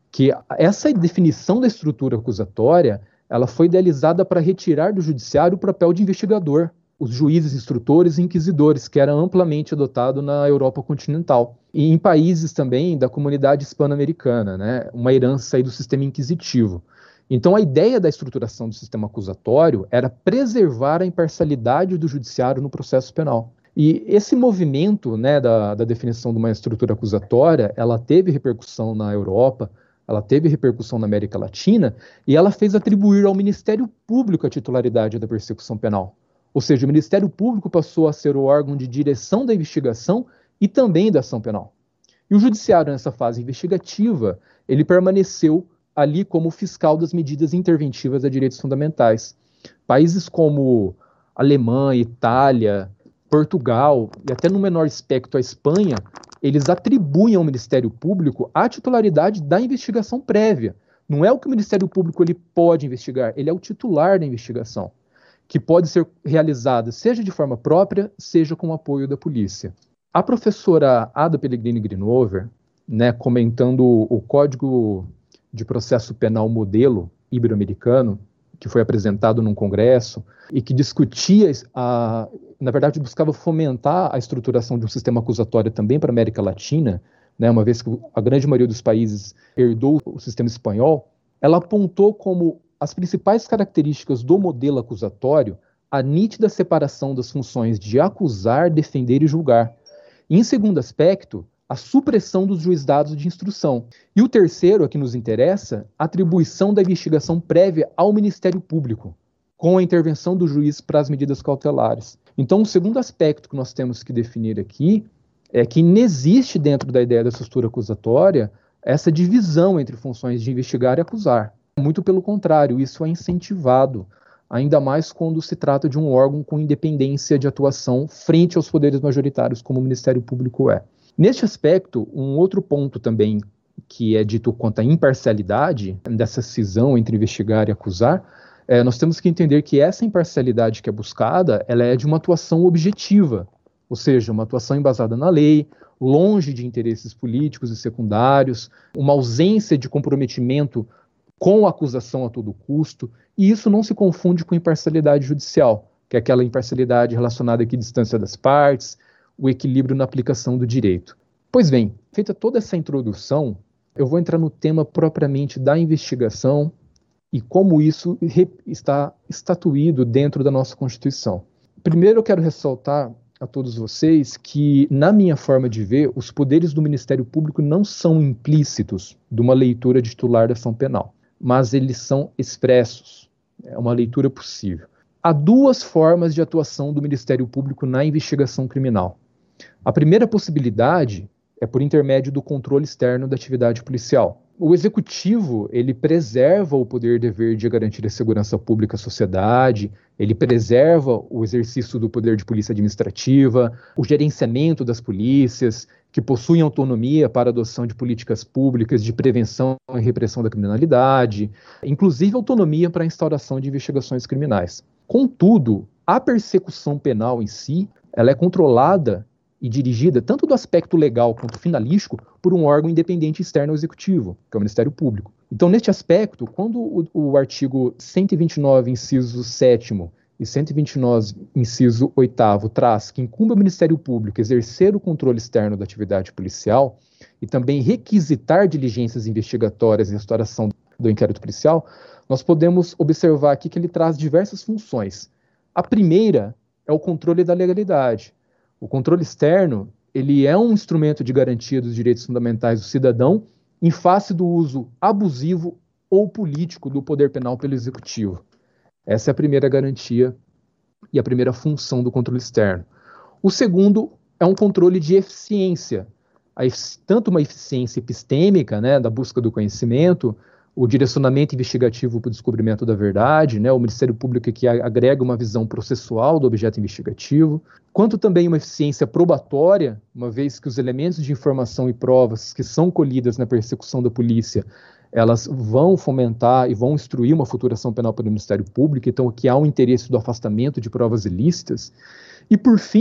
que essa definição da estrutura acusatória ela foi idealizada para retirar do judiciário o papel de investigador, os juízes, instrutores e inquisidores, que era amplamente adotado na Europa continental. E em países também da comunidade hispano-americana, né, uma herança aí do sistema inquisitivo. Então a ideia da estruturação do sistema acusatório era preservar a imparcialidade do judiciário no processo penal. E esse movimento, né, da, da definição de uma estrutura acusatória, ela teve repercussão na Europa, ela teve repercussão na América Latina, e ela fez atribuir ao Ministério Público a titularidade da persecução penal. Ou seja, o Ministério Público passou a ser o órgão de direção da investigação e também da ação penal. E o Judiciário, nessa fase investigativa, ele permaneceu ali como fiscal das medidas interventivas a direitos fundamentais. Países como Alemanha, Itália, Portugal, e até no menor espectro a Espanha, eles atribuem ao Ministério Público a titularidade da investigação prévia. Não é o que o Ministério Público ele pode investigar, ele é o titular da investigação, que pode ser realizada seja de forma própria, seja com o apoio da polícia. A professora Ada Pellegrini Grinover, né, comentando o Código de Processo Penal Modelo Ibero-Americano, que foi apresentado num congresso, e que discutia, a, na verdade, buscava fomentar a estruturação de um sistema acusatório também para a América Latina, né, uma vez que a grande maioria dos países herdou o sistema espanhol, ela apontou como as principais características do modelo acusatório a nítida separação das funções de acusar, defender e julgar. E, em segundo aspecto, a supressão dos juizados de instrução. E o terceiro, a que nos interessa, a atribuição da investigação prévia ao Ministério Público, com a intervenção do juiz para as medidas cautelares. Então, o segundo aspecto que nós temos que definir aqui é que não existe dentro da ideia da estrutura acusatória essa divisão entre funções de investigar e acusar. Muito pelo contrário, isso é incentivado, ainda mais quando se trata de um órgão com independência de atuação frente aos poderes majoritários, como o Ministério Público é. Neste aspecto, um outro ponto também que é dito quanto à imparcialidade dessa cisão entre investigar e acusar, é, nós temos que entender que essa imparcialidade que é buscada, ela é de uma atuação objetiva, ou seja, uma atuação embasada na lei, longe de interesses políticos e secundários, uma ausência de comprometimento com a acusação a todo custo, e isso não se confunde com imparcialidade judicial, que é aquela imparcialidade relacionada à equidistância das partes, o equilíbrio na aplicação do direito. Pois bem, feita toda essa introdução, eu vou entrar no tema propriamente da investigação e como isso está estatuído dentro da nossa Constituição. Primeiro eu quero ressaltar a todos vocês que, na minha forma de ver, os poderes do Ministério Público não são implícitos de uma leitura de titular da ação penal, mas eles são expressos. É uma leitura possível. Há duas formas de atuação do Ministério Público na investigação criminal. A primeira possibilidade é por intermédio do controle externo da atividade policial. O executivo, ele preserva o poder-dever de garantir a segurança pública à sociedade, ele preserva o exercício do poder de polícia administrativa, o gerenciamento das polícias, que possuem autonomia para a adoção de políticas públicas de prevenção e repressão da criminalidade, inclusive autonomia para a instauração de investigações criminais. Contudo, a persecução penal em si, ela é controlada e dirigida, tanto do aspecto legal quanto finalístico, por um órgão independente externo ao executivo, que é o Ministério Público. Então, neste aspecto, quando o, o artigo cento e vinte e nove, inciso sétimo, e cento e vinte e nove, inciso oitavo, traz que incumbe ao Ministério Público exercer o controle externo da atividade policial e também requisitar diligências investigatórias e restauração do inquérito policial, nós podemos observar aqui que ele traz diversas funções. A primeira é o controle da legalidade. O controle externo, ele é um instrumento de garantia dos direitos fundamentais do cidadão em face do uso abusivo ou político do poder penal pelo executivo. Essa é a primeira garantia e a primeira função do controle externo. O segundo é um controle de eficiência, a efici- tanto uma eficiência epistêmica, né, da busca do conhecimento, o direcionamento investigativo para o descobrimento da verdade, né, o Ministério Público que agrega uma visão processual do objeto investigativo, quanto também uma eficiência probatória, uma vez que os elementos de informação e provas que são colhidas na persecução da polícia, elas vão fomentar e vão instruir uma futura ação penal pelo Ministério Público, então aqui há um interesse do afastamento de provas ilícitas. E, por fim,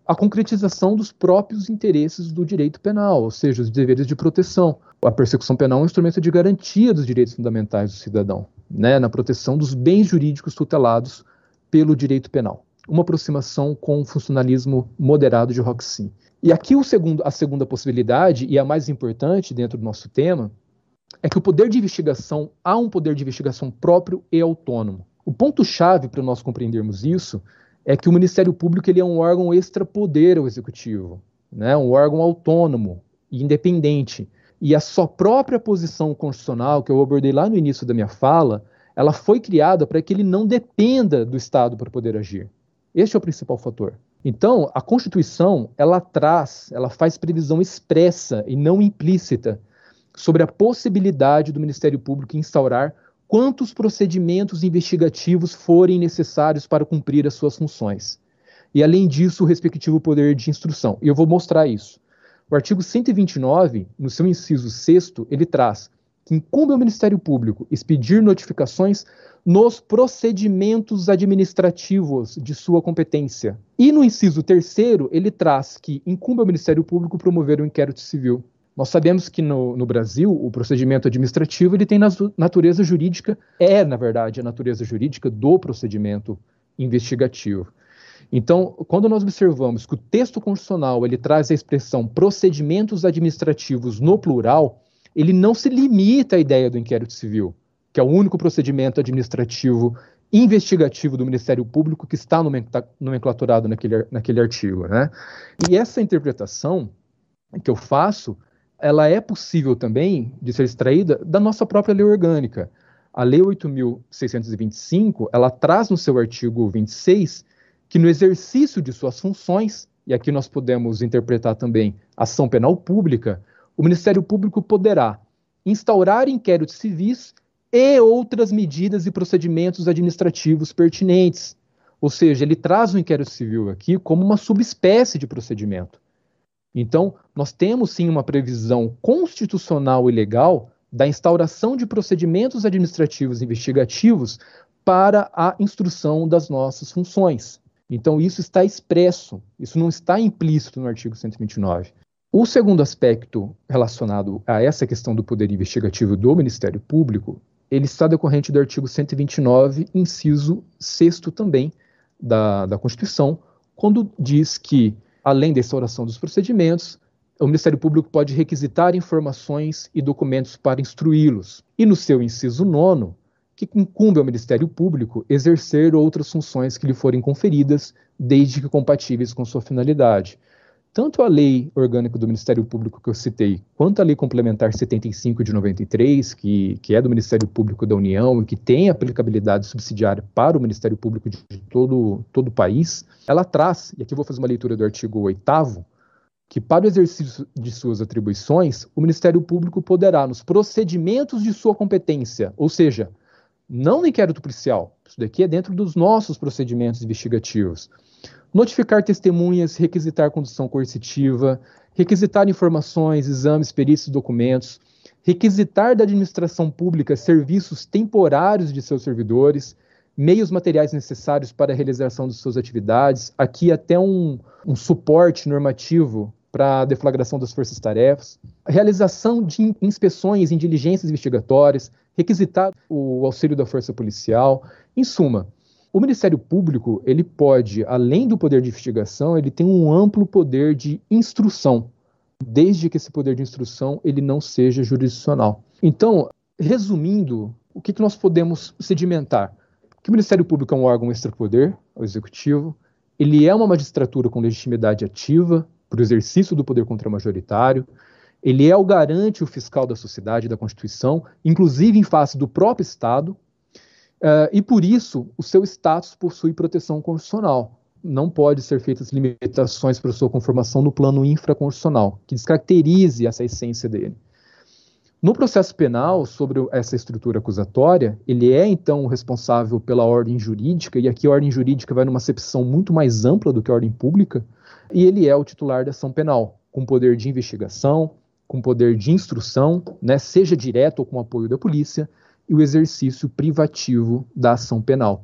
a concretização dos próprios interesses do direito penal, ou seja, os deveres de proteção. A persecução penal é um instrumento de garantia dos direitos fundamentais do cidadão, né, na proteção dos bens jurídicos tutelados pelo direito penal. Uma aproximação com o funcionalismo moderado de Roxy. E aqui o segundo, a segunda possibilidade, e a mais importante dentro do nosso tema, é que o poder de investigação, há um poder de investigação próprio e autônomo. O ponto-chave para nós compreendermos isso é que o Ministério Público ele é um órgão extrapoder ao Executivo, né? Um órgão autônomo e independente. E a sua própria posição constitucional, que eu abordei lá no início da minha fala, ela foi criada para que ele não dependa do Estado para poder agir. Este é o principal fator. Então, a Constituição, ela traz, ela faz previsão expressa e não implícita sobre a possibilidade do Ministério Público instaurar quantos procedimentos investigativos forem necessários para cumprir as suas funções. E, além disso, o respectivo poder de instrução. E eu vou mostrar isso. O artigo cento e vinte e nove, no seu inciso sexto, ele traz que incumbe ao Ministério Público expedir notificações nos procedimentos administrativos de sua competência. E no inciso terceiro, ele traz que incumbe ao Ministério Público promover um inquérito civil. Nós sabemos que no, no Brasil, o procedimento administrativo ele tem natureza jurídica, é, na verdade, a natureza jurídica do procedimento investigativo. Então, quando nós observamos que o texto constitucional ele traz a expressão procedimentos administrativos no plural, ele não se limita à ideia do inquérito civil, que é o único procedimento administrativo investigativo do Ministério Público que está nomenclaturado naquele, naquele artigo, né? E essa interpretação que eu faço, ela é possível também de ser extraída da nossa própria lei orgânica. A Lei oito mil seiscentos e vinte e cinco, ela traz no seu artigo vinte e seis que no exercício de suas funções, e aqui nós podemos interpretar também ação penal pública, o Ministério Público poderá instaurar inquéritos civis e outras medidas e procedimentos administrativos pertinentes. Ou seja, ele traz o inquérito civil aqui como uma subespécie de procedimento. Então, nós temos sim uma previsão constitucional e legal da instauração de procedimentos administrativos investigativos para a instrução das nossas funções. Então, isso está expresso, isso não está implícito no artigo cento e vinte e nove. O segundo aspecto relacionado a essa questão do poder investigativo do Ministério Público, ele está decorrente do artigo cento e vinte e nove, inciso sexto também da, da Constituição, quando diz que, além da instauração dos procedimentos, o Ministério Público pode requisitar informações e documentos para instruí-los. E no seu inciso nono, que incumbe ao Ministério Público exercer outras funções que lhe forem conferidas, desde que compatíveis com sua finalidade. Tanto a Lei Orgânica do Ministério Público que eu citei, quanto a Lei Complementar setenta e cinco de noventa e três, que, que é do Ministério Público da União e que tem aplicabilidade subsidiária para o Ministério Público de todo, todo o país, ela traz, e aqui eu vou fazer uma leitura do artigo oitavo, que para o exercício de suas atribuições, o Ministério Público poderá, nos procedimentos de sua competência, ou seja, não no inquérito policial, isso daqui é dentro dos nossos procedimentos investigativos, notificar testemunhas, requisitar condução coercitiva, requisitar informações, exames, perícias e documentos, requisitar da administração pública serviços temporários de seus servidores, meios materiais necessários para a realização de suas atividades, aqui até um, um suporte normativo para a deflagração das forças-tarefas, realização de inspeções em diligências investigatórias, requisitar o auxílio da força policial. Em suma, o Ministério Público, ele pode, além do poder de investigação, ele tem um amplo poder de instrução, desde que esse poder de instrução ele não seja jurisdicional. Então, resumindo, o que, que nós podemos sedimentar? Que o Ministério Público é um órgão extrapoder ao Executivo, ele é uma magistratura com legitimidade ativa para o exercício do poder contramajoritário, ele é o garante o fiscal da sociedade, da Constituição, inclusive em face do próprio Estado, uh, e por isso o seu status possui proteção constitucional. Não pode ser feitas limitações para sua conformação no plano infraconstitucional, que descaracterize essa essência dele. No processo penal, sobre essa estrutura acusatória, ele é, então, responsável pela ordem jurídica, e aqui a ordem jurídica vai numa acepção muito mais ampla do que a ordem pública, e ele é o titular da ação penal, com poder de investigação, com poder de instrução, né, seja direto ou com apoio da polícia, e o exercício privativo da ação penal.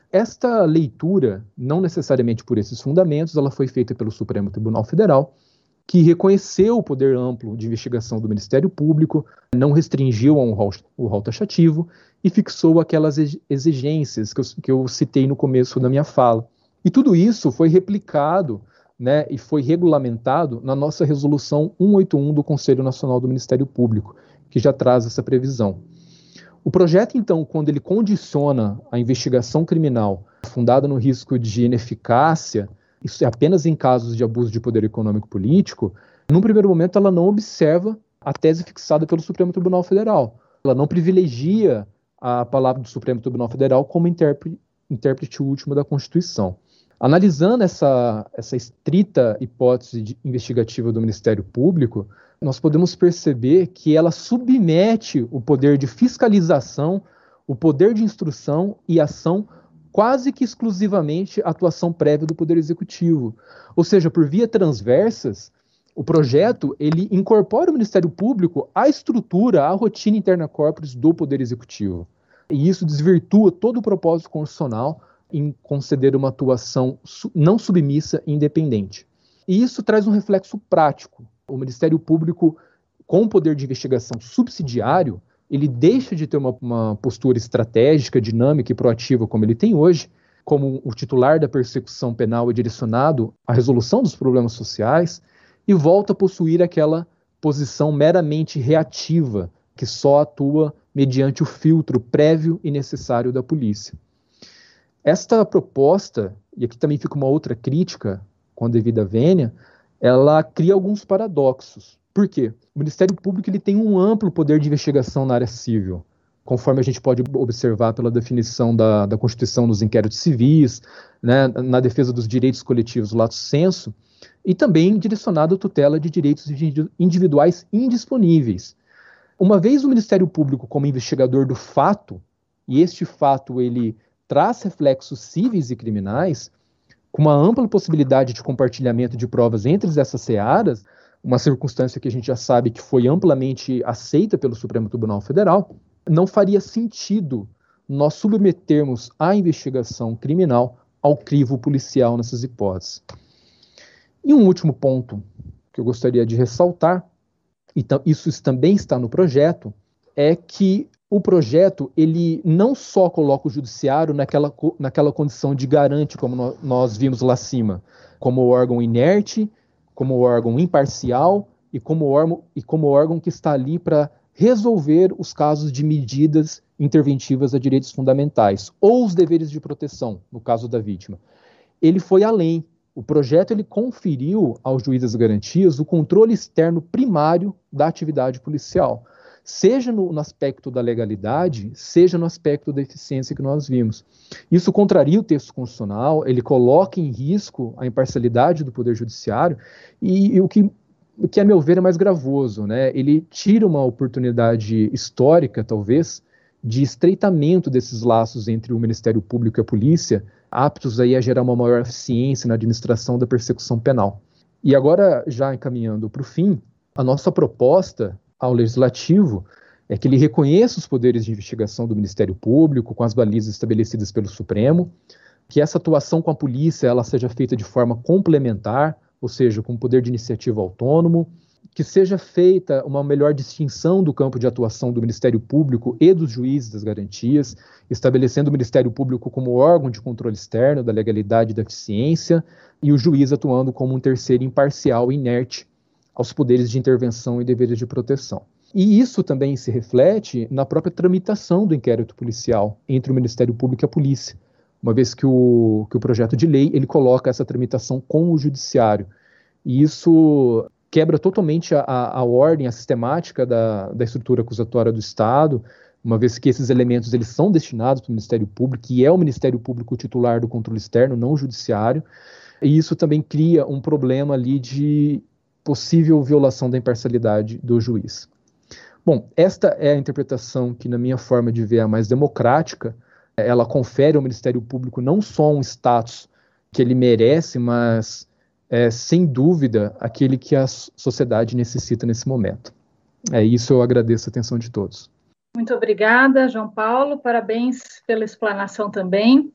Esta leitura, não necessariamente por esses fundamentos, ela foi feita pelo Supremo Tribunal Federal, que reconheceu o poder amplo de investigação do Ministério Público, não restringiu a um rol, o rol taxativo e fixou aquelas exigências que eu, que eu citei no começo da minha fala. E tudo isso foi replicado, né, e foi regulamentado na nossa resolução cento e oitenta e um do Conselho Nacional do Ministério Público, que já traz essa previsão. O projeto, então, quando ele condiciona a investigação criminal fundada no risco de ineficácia, isso é apenas em casos de abuso de poder econômico político, num primeiro momento ela não observa a tese fixada pelo Supremo Tribunal Federal. Ela não privilegia a palavra do Supremo Tribunal Federal como intérprete, intérprete último da Constituição. Analisando essa, essa estrita hipótese de investigativa do Ministério Público, nós podemos perceber que ela submete o poder de fiscalização, o poder de instrução e ação quase que exclusivamente à atuação prévia do Poder Executivo. Ou seja, por via transversas, o projeto ele incorpora o Ministério Público à estrutura, à rotina interna corporis do Poder Executivo. E isso desvirtua todo o propósito constitucional em conceder uma atuação não submissa e independente. E isso traz um reflexo prático. O Ministério Público, com o poder de investigação subsidiário, ele deixa de ter uma, uma postura estratégica, dinâmica e proativa como ele tem hoje, como o titular da persecução penal é direcionado à resolução dos problemas sociais, e volta a possuir aquela posição meramente reativa, que só atua mediante o filtro prévio e necessário da polícia. Esta proposta, e aqui também fica uma outra crítica com a devida vênia, ela cria alguns paradoxos. Por quê? O Ministério Público ele tem um amplo poder de investigação na área civil, conforme a gente pode observar pela definição da, da Constituição nos inquéritos civis, né, na defesa dos direitos coletivos, lato sensu, e também direcionado à tutela de direitos individuais indisponíveis. Uma vez o Ministério Público como investigador do fato, e este fato ele traz reflexos cíveis e criminais, com uma ampla possibilidade de compartilhamento de provas entre essas searas, uma circunstância que a gente já sabe que foi amplamente aceita pelo Supremo Tribunal Federal, não faria sentido nós submetermos a investigação criminal ao crivo policial nessas hipóteses. E um último ponto que eu gostaria de ressaltar, e isso também está no projeto, é que o projeto ele não só coloca o judiciário naquela, naquela condição de garante, como no, nós vimos lá acima, como órgão inerte, como órgão imparcial e como órgão, e como órgão que está ali para resolver os casos de medidas interventivas a direitos fundamentais, ou os deveres de proteção, no caso da vítima. Ele foi além. O projeto ele conferiu aos juízes das garantias o controle externo primário da atividade policial, seja no, no aspecto da legalidade, seja no aspecto da eficiência que nós vimos. Isso contraria o texto constitucional, ele coloca em risco a imparcialidade do Poder Judiciário, e, e o, que, o que, a meu ver, é mais gravoso, né? Ele tira uma oportunidade histórica, talvez, de estreitamento desses laços entre o Ministério Público e a polícia, aptos aí a gerar uma maior eficiência na administração da persecução penal. E agora, já encaminhando para o fim, a nossa proposta ao Legislativo é que ele reconheça os poderes de investigação do Ministério Público com as balizas estabelecidas pelo Supremo, que essa atuação com a polícia ela seja feita de forma complementar, ou seja, com poder de iniciativa autônomo, que seja feita uma melhor distinção do campo de atuação do Ministério Público e dos juízes das garantias, estabelecendo o Ministério Público como órgão de controle externo da legalidade e da eficiência, e o juiz atuando como um terceiro imparcial e inerte aos poderes de intervenção e deveres de proteção. E isso também se reflete na própria tramitação do inquérito policial entre o Ministério Público e a polícia, uma vez que o, que o projeto de lei ele coloca essa tramitação com o judiciário. E isso quebra totalmente a, a ordem, a sistemática da, da estrutura acusatória do Estado, uma vez que esses elementos eles são destinados para o Ministério Público, que é o Ministério Público titular do controle externo, não o judiciário, e isso também cria um problema ali de possível violação da imparcialidade do juiz. Bom, esta é a interpretação que, na minha forma de ver, é a mais democrática. Ela confere ao Ministério Público não só um status que ele merece, mas, é, sem dúvida, aquele que a sociedade necessita nesse momento. É isso, eu agradeço a atenção de todos. Muito obrigada, João Paulo, parabéns pela explanação também.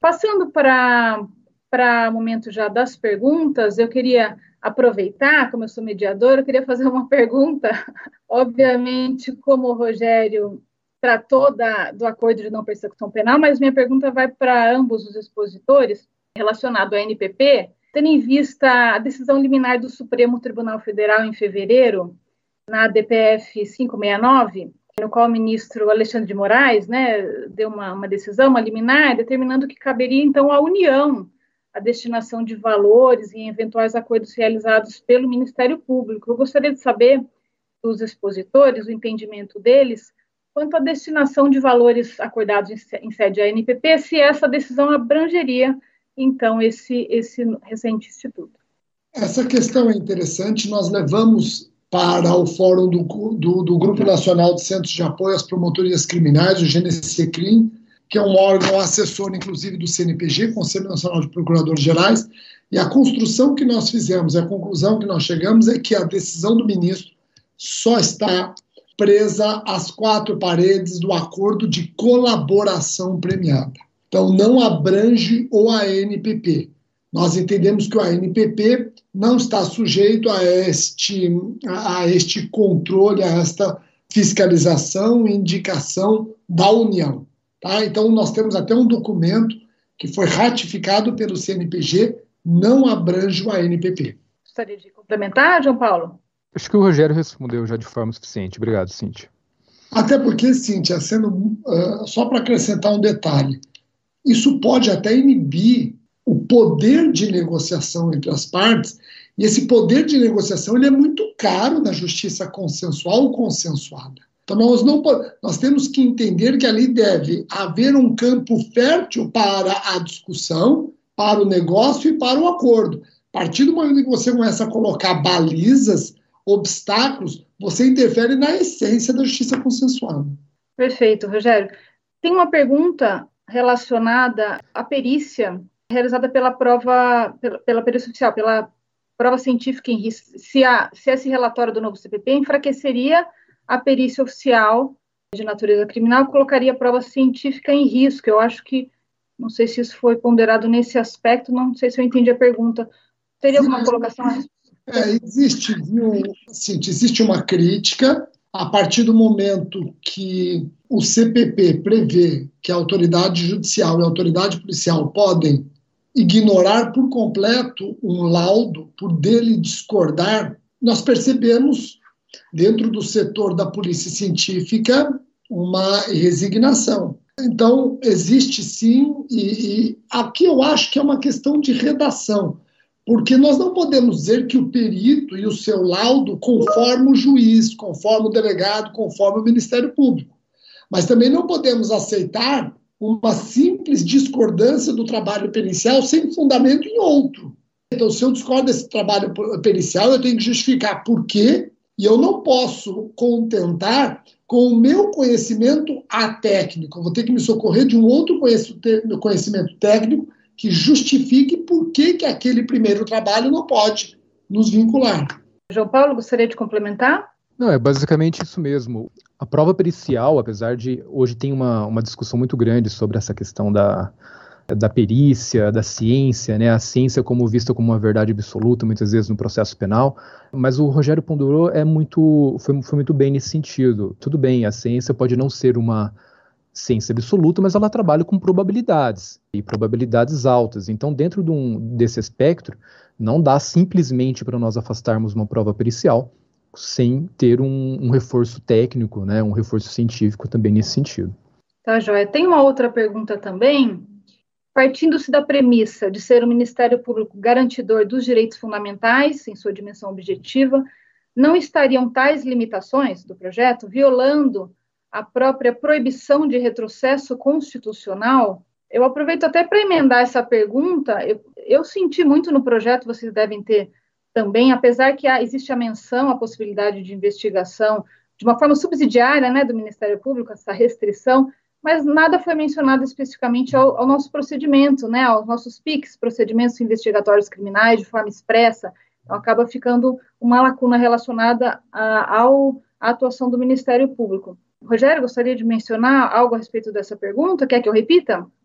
Passando para para o momento já das perguntas, eu queria aproveitar, como eu sou mediadora, eu queria fazer uma pergunta, obviamente, como o Rogério tratou da, do acordo de não persecução penal, mas minha pergunta vai para ambos os expositores, relacionado à N P P, tendo em vista a decisão liminar do Supremo Tribunal Federal em fevereiro, na D P F quinhentos e sessenta e nove, no qual o ministro Alexandre de Moraes, né, deu uma, uma decisão, uma liminar, determinando que caberia, então, à União a destinação de valores em eventuais acordos realizados pelo Ministério Público. Eu gostaria de saber dos expositores, o entendimento deles, quanto à destinação de valores acordados em sede à N P P, se essa decisão abrangeria, então, esse, esse recente instituto. Essa questão é interessante, nós levamos para o Fórum do, do, do Grupo Nacional de Centros de Apoio às Promotorias Criminais, o G N C C R I M, que é um órgão assessor, inclusive, do C N P G, Conselho Nacional de Procuradores Gerais, e a construção que nós fizemos, a conclusão que nós chegamos é que a decisão do ministro só está presa às quatro paredes do acordo de colaboração premiada. Então, não abrange o A N P P. Nós entendemos que o A N P P não está sujeito a este, a este controle, a esta fiscalização e indicação da União. Tá? Então, nós temos até um documento que foi ratificado pelo C N P G, não abrange o A N P P. Gostaria de complementar, João Paulo? Acho que o Rogério respondeu já de forma suficiente. Obrigado, Cíntia. Até porque, Cíntia, sendo, uh, só para acrescentar um detalhe, isso pode até inibir o poder de negociação entre as partes, e esse poder de negociação ele é muito caro na justiça consensual ou consensuada. Então, nós, não, nós temos que entender que ali deve haver um campo fértil para a discussão, para o negócio e para o acordo. A partir do momento que você começa a colocar balizas, obstáculos, você interfere na essência da justiça consensual. Perfeito, Rogério. Tem uma pergunta relacionada à perícia realizada pela prova, pela, pela perícia oficial, pela prova científica em risco. Se, a, se esse relatório do novo C P P enfraqueceria a perícia oficial de natureza criminal, colocaria a prova científica em risco. Eu acho que, não sei se isso foi ponderado nesse aspecto, não sei se eu entendi a pergunta. Teria alguma colocação a respeito? É, existe, viu, assim, existe uma crítica a partir do momento que o C P P prevê que a autoridade judicial e a autoridade policial podem ignorar por completo um laudo, por dele discordar. Nós percebemos, dentro do setor da polícia científica, uma resignação. Então, existe sim, e, e aqui eu acho que é uma questão de redação, porque nós não podemos dizer que o perito e o seu laudo conforme o juiz, conforme o delegado, conforme o Ministério Público. Mas também não podemos aceitar uma simples discordância do trabalho pericial sem fundamento em outro. Então, se eu discordo desse trabalho pericial, eu tenho que justificar por quê, e eu não posso contentar com o meu conhecimento atécnico. Eu vou ter que me socorrer de um outro conhecimento técnico que justifique por que, que aquele primeiro trabalho não pode nos vincular. João Paulo, gostaria de complementar? Não, é basicamente isso mesmo. A prova pericial, apesar de hoje tem uma, uma discussão muito grande sobre essa questão da, da perícia, da ciência, né? A ciência como vista como uma verdade absoluta, muitas vezes no processo penal, mas o Rogério ponderou é muito, foi, foi muito bem nesse sentido. Tudo bem, a ciência pode não ser uma ciência absoluta, mas ela trabalha com probabilidades, e probabilidades altas. Então, dentro de um, desse espectro, não dá simplesmente para nós afastarmos uma prova pericial sem ter um, um reforço técnico, né, um reforço científico também nesse sentido. Tá, Joia. Tem uma outra pergunta também. Partindo-se da premissa de ser o Ministério Público garantidor dos direitos fundamentais, em sua dimensão objetiva, não estariam tais limitações do projeto violando a própria proibição de retrocesso constitucional? Eu aproveito até para emendar essa pergunta. Eu, eu senti muito no projeto, vocês devem ter também, apesar que há, existe a menção, a possibilidade de investigação de uma forma subsidiária, né, do Ministério Público, essa restrição, mas nada foi mencionado especificamente ao, ao nosso procedimento, né, aos nossos P I Cs, procedimentos investigatórios criminais, de forma expressa. Então, acaba ficando uma lacuna relacionada a, ao, à atuação do Ministério Público. Rogério, gostaria de mencionar algo a respeito dessa pergunta? Quer que eu repita?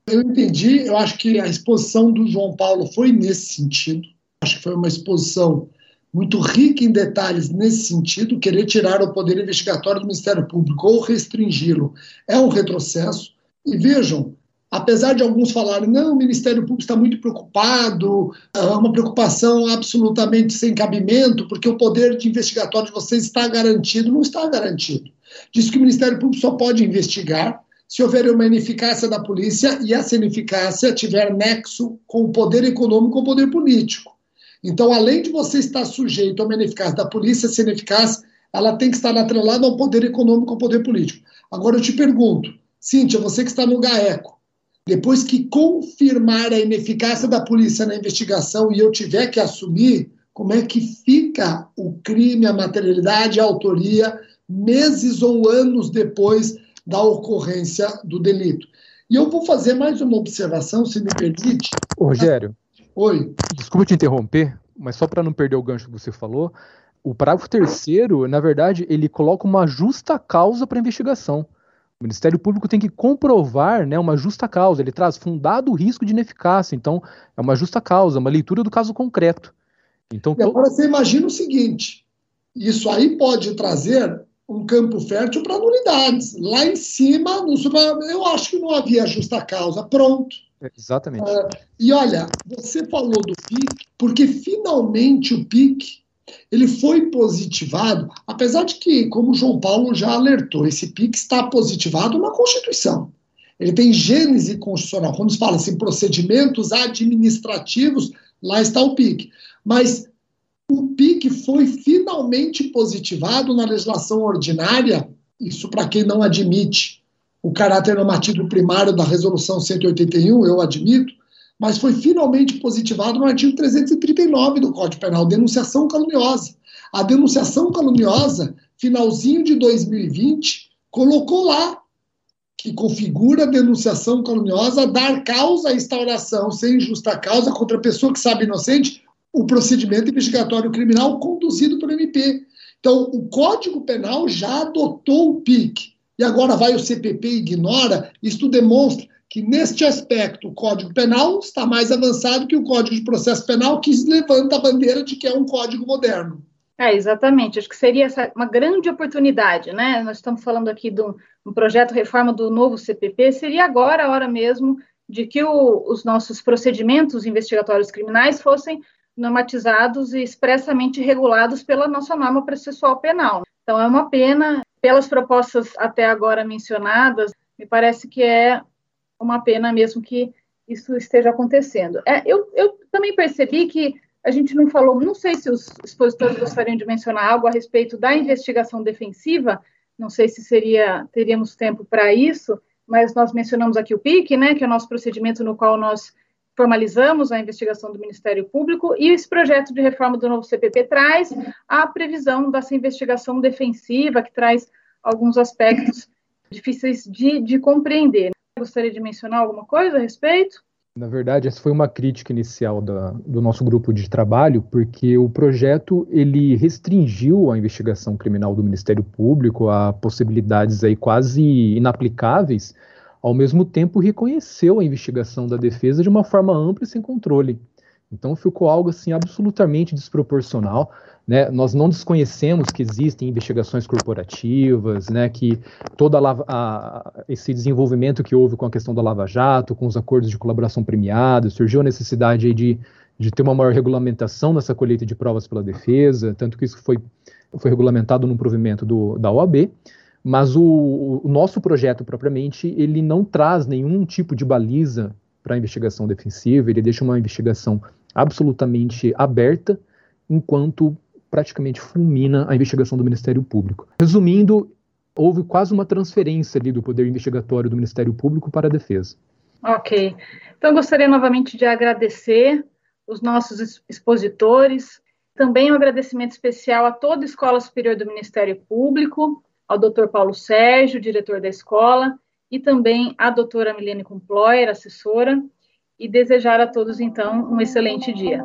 Eu entendi, eu acho que a exposição do João Paulo foi nesse sentido. Acho que foi uma exposição muito rica em detalhes nesse sentido. Querer tirar o poder investigatório do Ministério Público ou restringi-lo é um retrocesso. E vejam, apesar de alguns falarem, não, o Ministério Público está muito preocupado, é uma preocupação absolutamente sem cabimento, porque o poder de investigatório de vocês está garantido, não está garantido. Diz que o Ministério Público só pode investigar se houver uma ineficácia da polícia e essa ineficácia tiver nexo com o poder econômico ou o poder político. Então, além de você estar sujeito a uma ineficácia da polícia, essa ineficácia ela tem que estar atrelada ao poder econômico ou ao poder político. Agora eu te pergunto, Cíntia, você que está no GAECO, depois que confirmar a ineficácia da polícia na investigação e eu tiver que assumir, como é que fica o crime, a materialidade, a autoria, meses ou anos depois da ocorrência do delito? E eu vou fazer mais uma observação, se me permite. Ô, Rogério. Oi. Desculpa te interromper, mas só para não perder o gancho que você falou, o parágrafo terceiro, na verdade, ele coloca uma justa causa para a investigação. O Ministério Público tem que comprovar, né, uma justa causa. Ele traz fundado o risco de ineficácia. Então, é uma justa causa, uma leitura do caso concreto. Então, e agora você imagina o seguinte, isso aí pode trazer um campo fértil para nulidades. Lá em cima, no, eu acho que não havia justa causa. Pronto. Exatamente. Uh, e olha, você falou do P I C, porque finalmente o P I C ele foi positivado, apesar de que, como o João Paulo já alertou, esse P I C está positivado na Constituição. Ele tem gênese constitucional. Quando se fala assim, procedimentos administrativos, lá está o P I C. Mas o P I C foi finalmente positivado na legislação ordinária, isso para quem não admite o caráter normativo primário da Resolução cento e oitenta e um, eu admito, mas foi finalmente positivado no artigo trezentos e trinta e nove do Código Penal, denunciação caluniosa. A denunciação caluniosa, finalzinho de dois mil e vinte, colocou lá que configura a denunciação caluniosa dar causa à instauração sem justa causa contra a pessoa que sabe inocente o procedimento investigatório criminal conduzido pelo M P. Então, o Código Penal já adotou o P I C. E agora vai o C P P e ignora. Isto demonstra que, neste aspecto, o Código Penal está mais avançado que o Código de Processo Penal, que levanta a bandeira de que é um código moderno. É, exatamente. Acho que seria essa uma grande oportunidade, né? Nós estamos falando aqui de um, um projeto de reforma do novo C P P. Seria agora a hora mesmo de que o, os nossos procedimentos investigatórios criminais fossem normatizados e expressamente regulados pela nossa norma processual penal. Então, é uma pena. Pelas propostas até agora mencionadas, me parece que é uma pena mesmo que isso esteja acontecendo. É, eu, eu também percebi que a gente não falou, não sei se os expositores gostariam de mencionar algo a respeito da investigação defensiva, não sei se seria, teríamos tempo para isso, mas nós mencionamos aqui o P I C, né, que é o nosso procedimento no qual nós formalizamos a investigação do Ministério Público, e esse projeto de reforma do novo C P P traz a previsão dessa investigação defensiva, que traz alguns aspectos difíceis de, de compreender. Gostaria de mencionar alguma coisa a respeito? Na verdade, essa foi uma crítica inicial da, do nosso grupo de trabalho, porque o projeto ele restringiu a investigação criminal do Ministério Público a possibilidades aí quase inaplicáveis. Ao mesmo tempo, reconheceu a investigação da defesa de uma forma ampla e sem controle. Então, ficou algo assim absolutamente desproporcional, né? Nós não desconhecemos que existem investigações corporativas, né? Que todo a, a, esse desenvolvimento que houve com a questão da Lava Jato, com os acordos de colaboração premiados, surgiu a necessidade aí de, de ter uma maior regulamentação nessa colheita de provas pela defesa, tanto que isso foi, foi regulamentado no provimento do, da O A B. Mas o, o nosso projeto, propriamente, ele não traz nenhum tipo de baliza para a investigação defensiva, ele deixa uma investigação absolutamente aberta, enquanto praticamente fulmina a investigação do Ministério Público. Resumindo, houve quase uma transferência ali do poder investigatório do Ministério Público para a defesa. Ok. Então, gostaria novamente de agradecer os nossos expositores, também um agradecimento especial a toda a Escola Superior do Ministério Público, ao doutor Paulo Sérgio, diretor da escola, e também à doutora Milene Comployer, assessora, e desejar a todos, então, um excelente dia.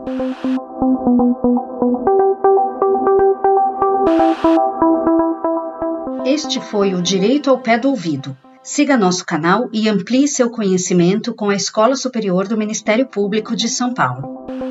Este foi o Direito ao Pé do Ouvido. Siga nosso canal e amplie seu conhecimento com a Escola Superior do Ministério Público de São Paulo.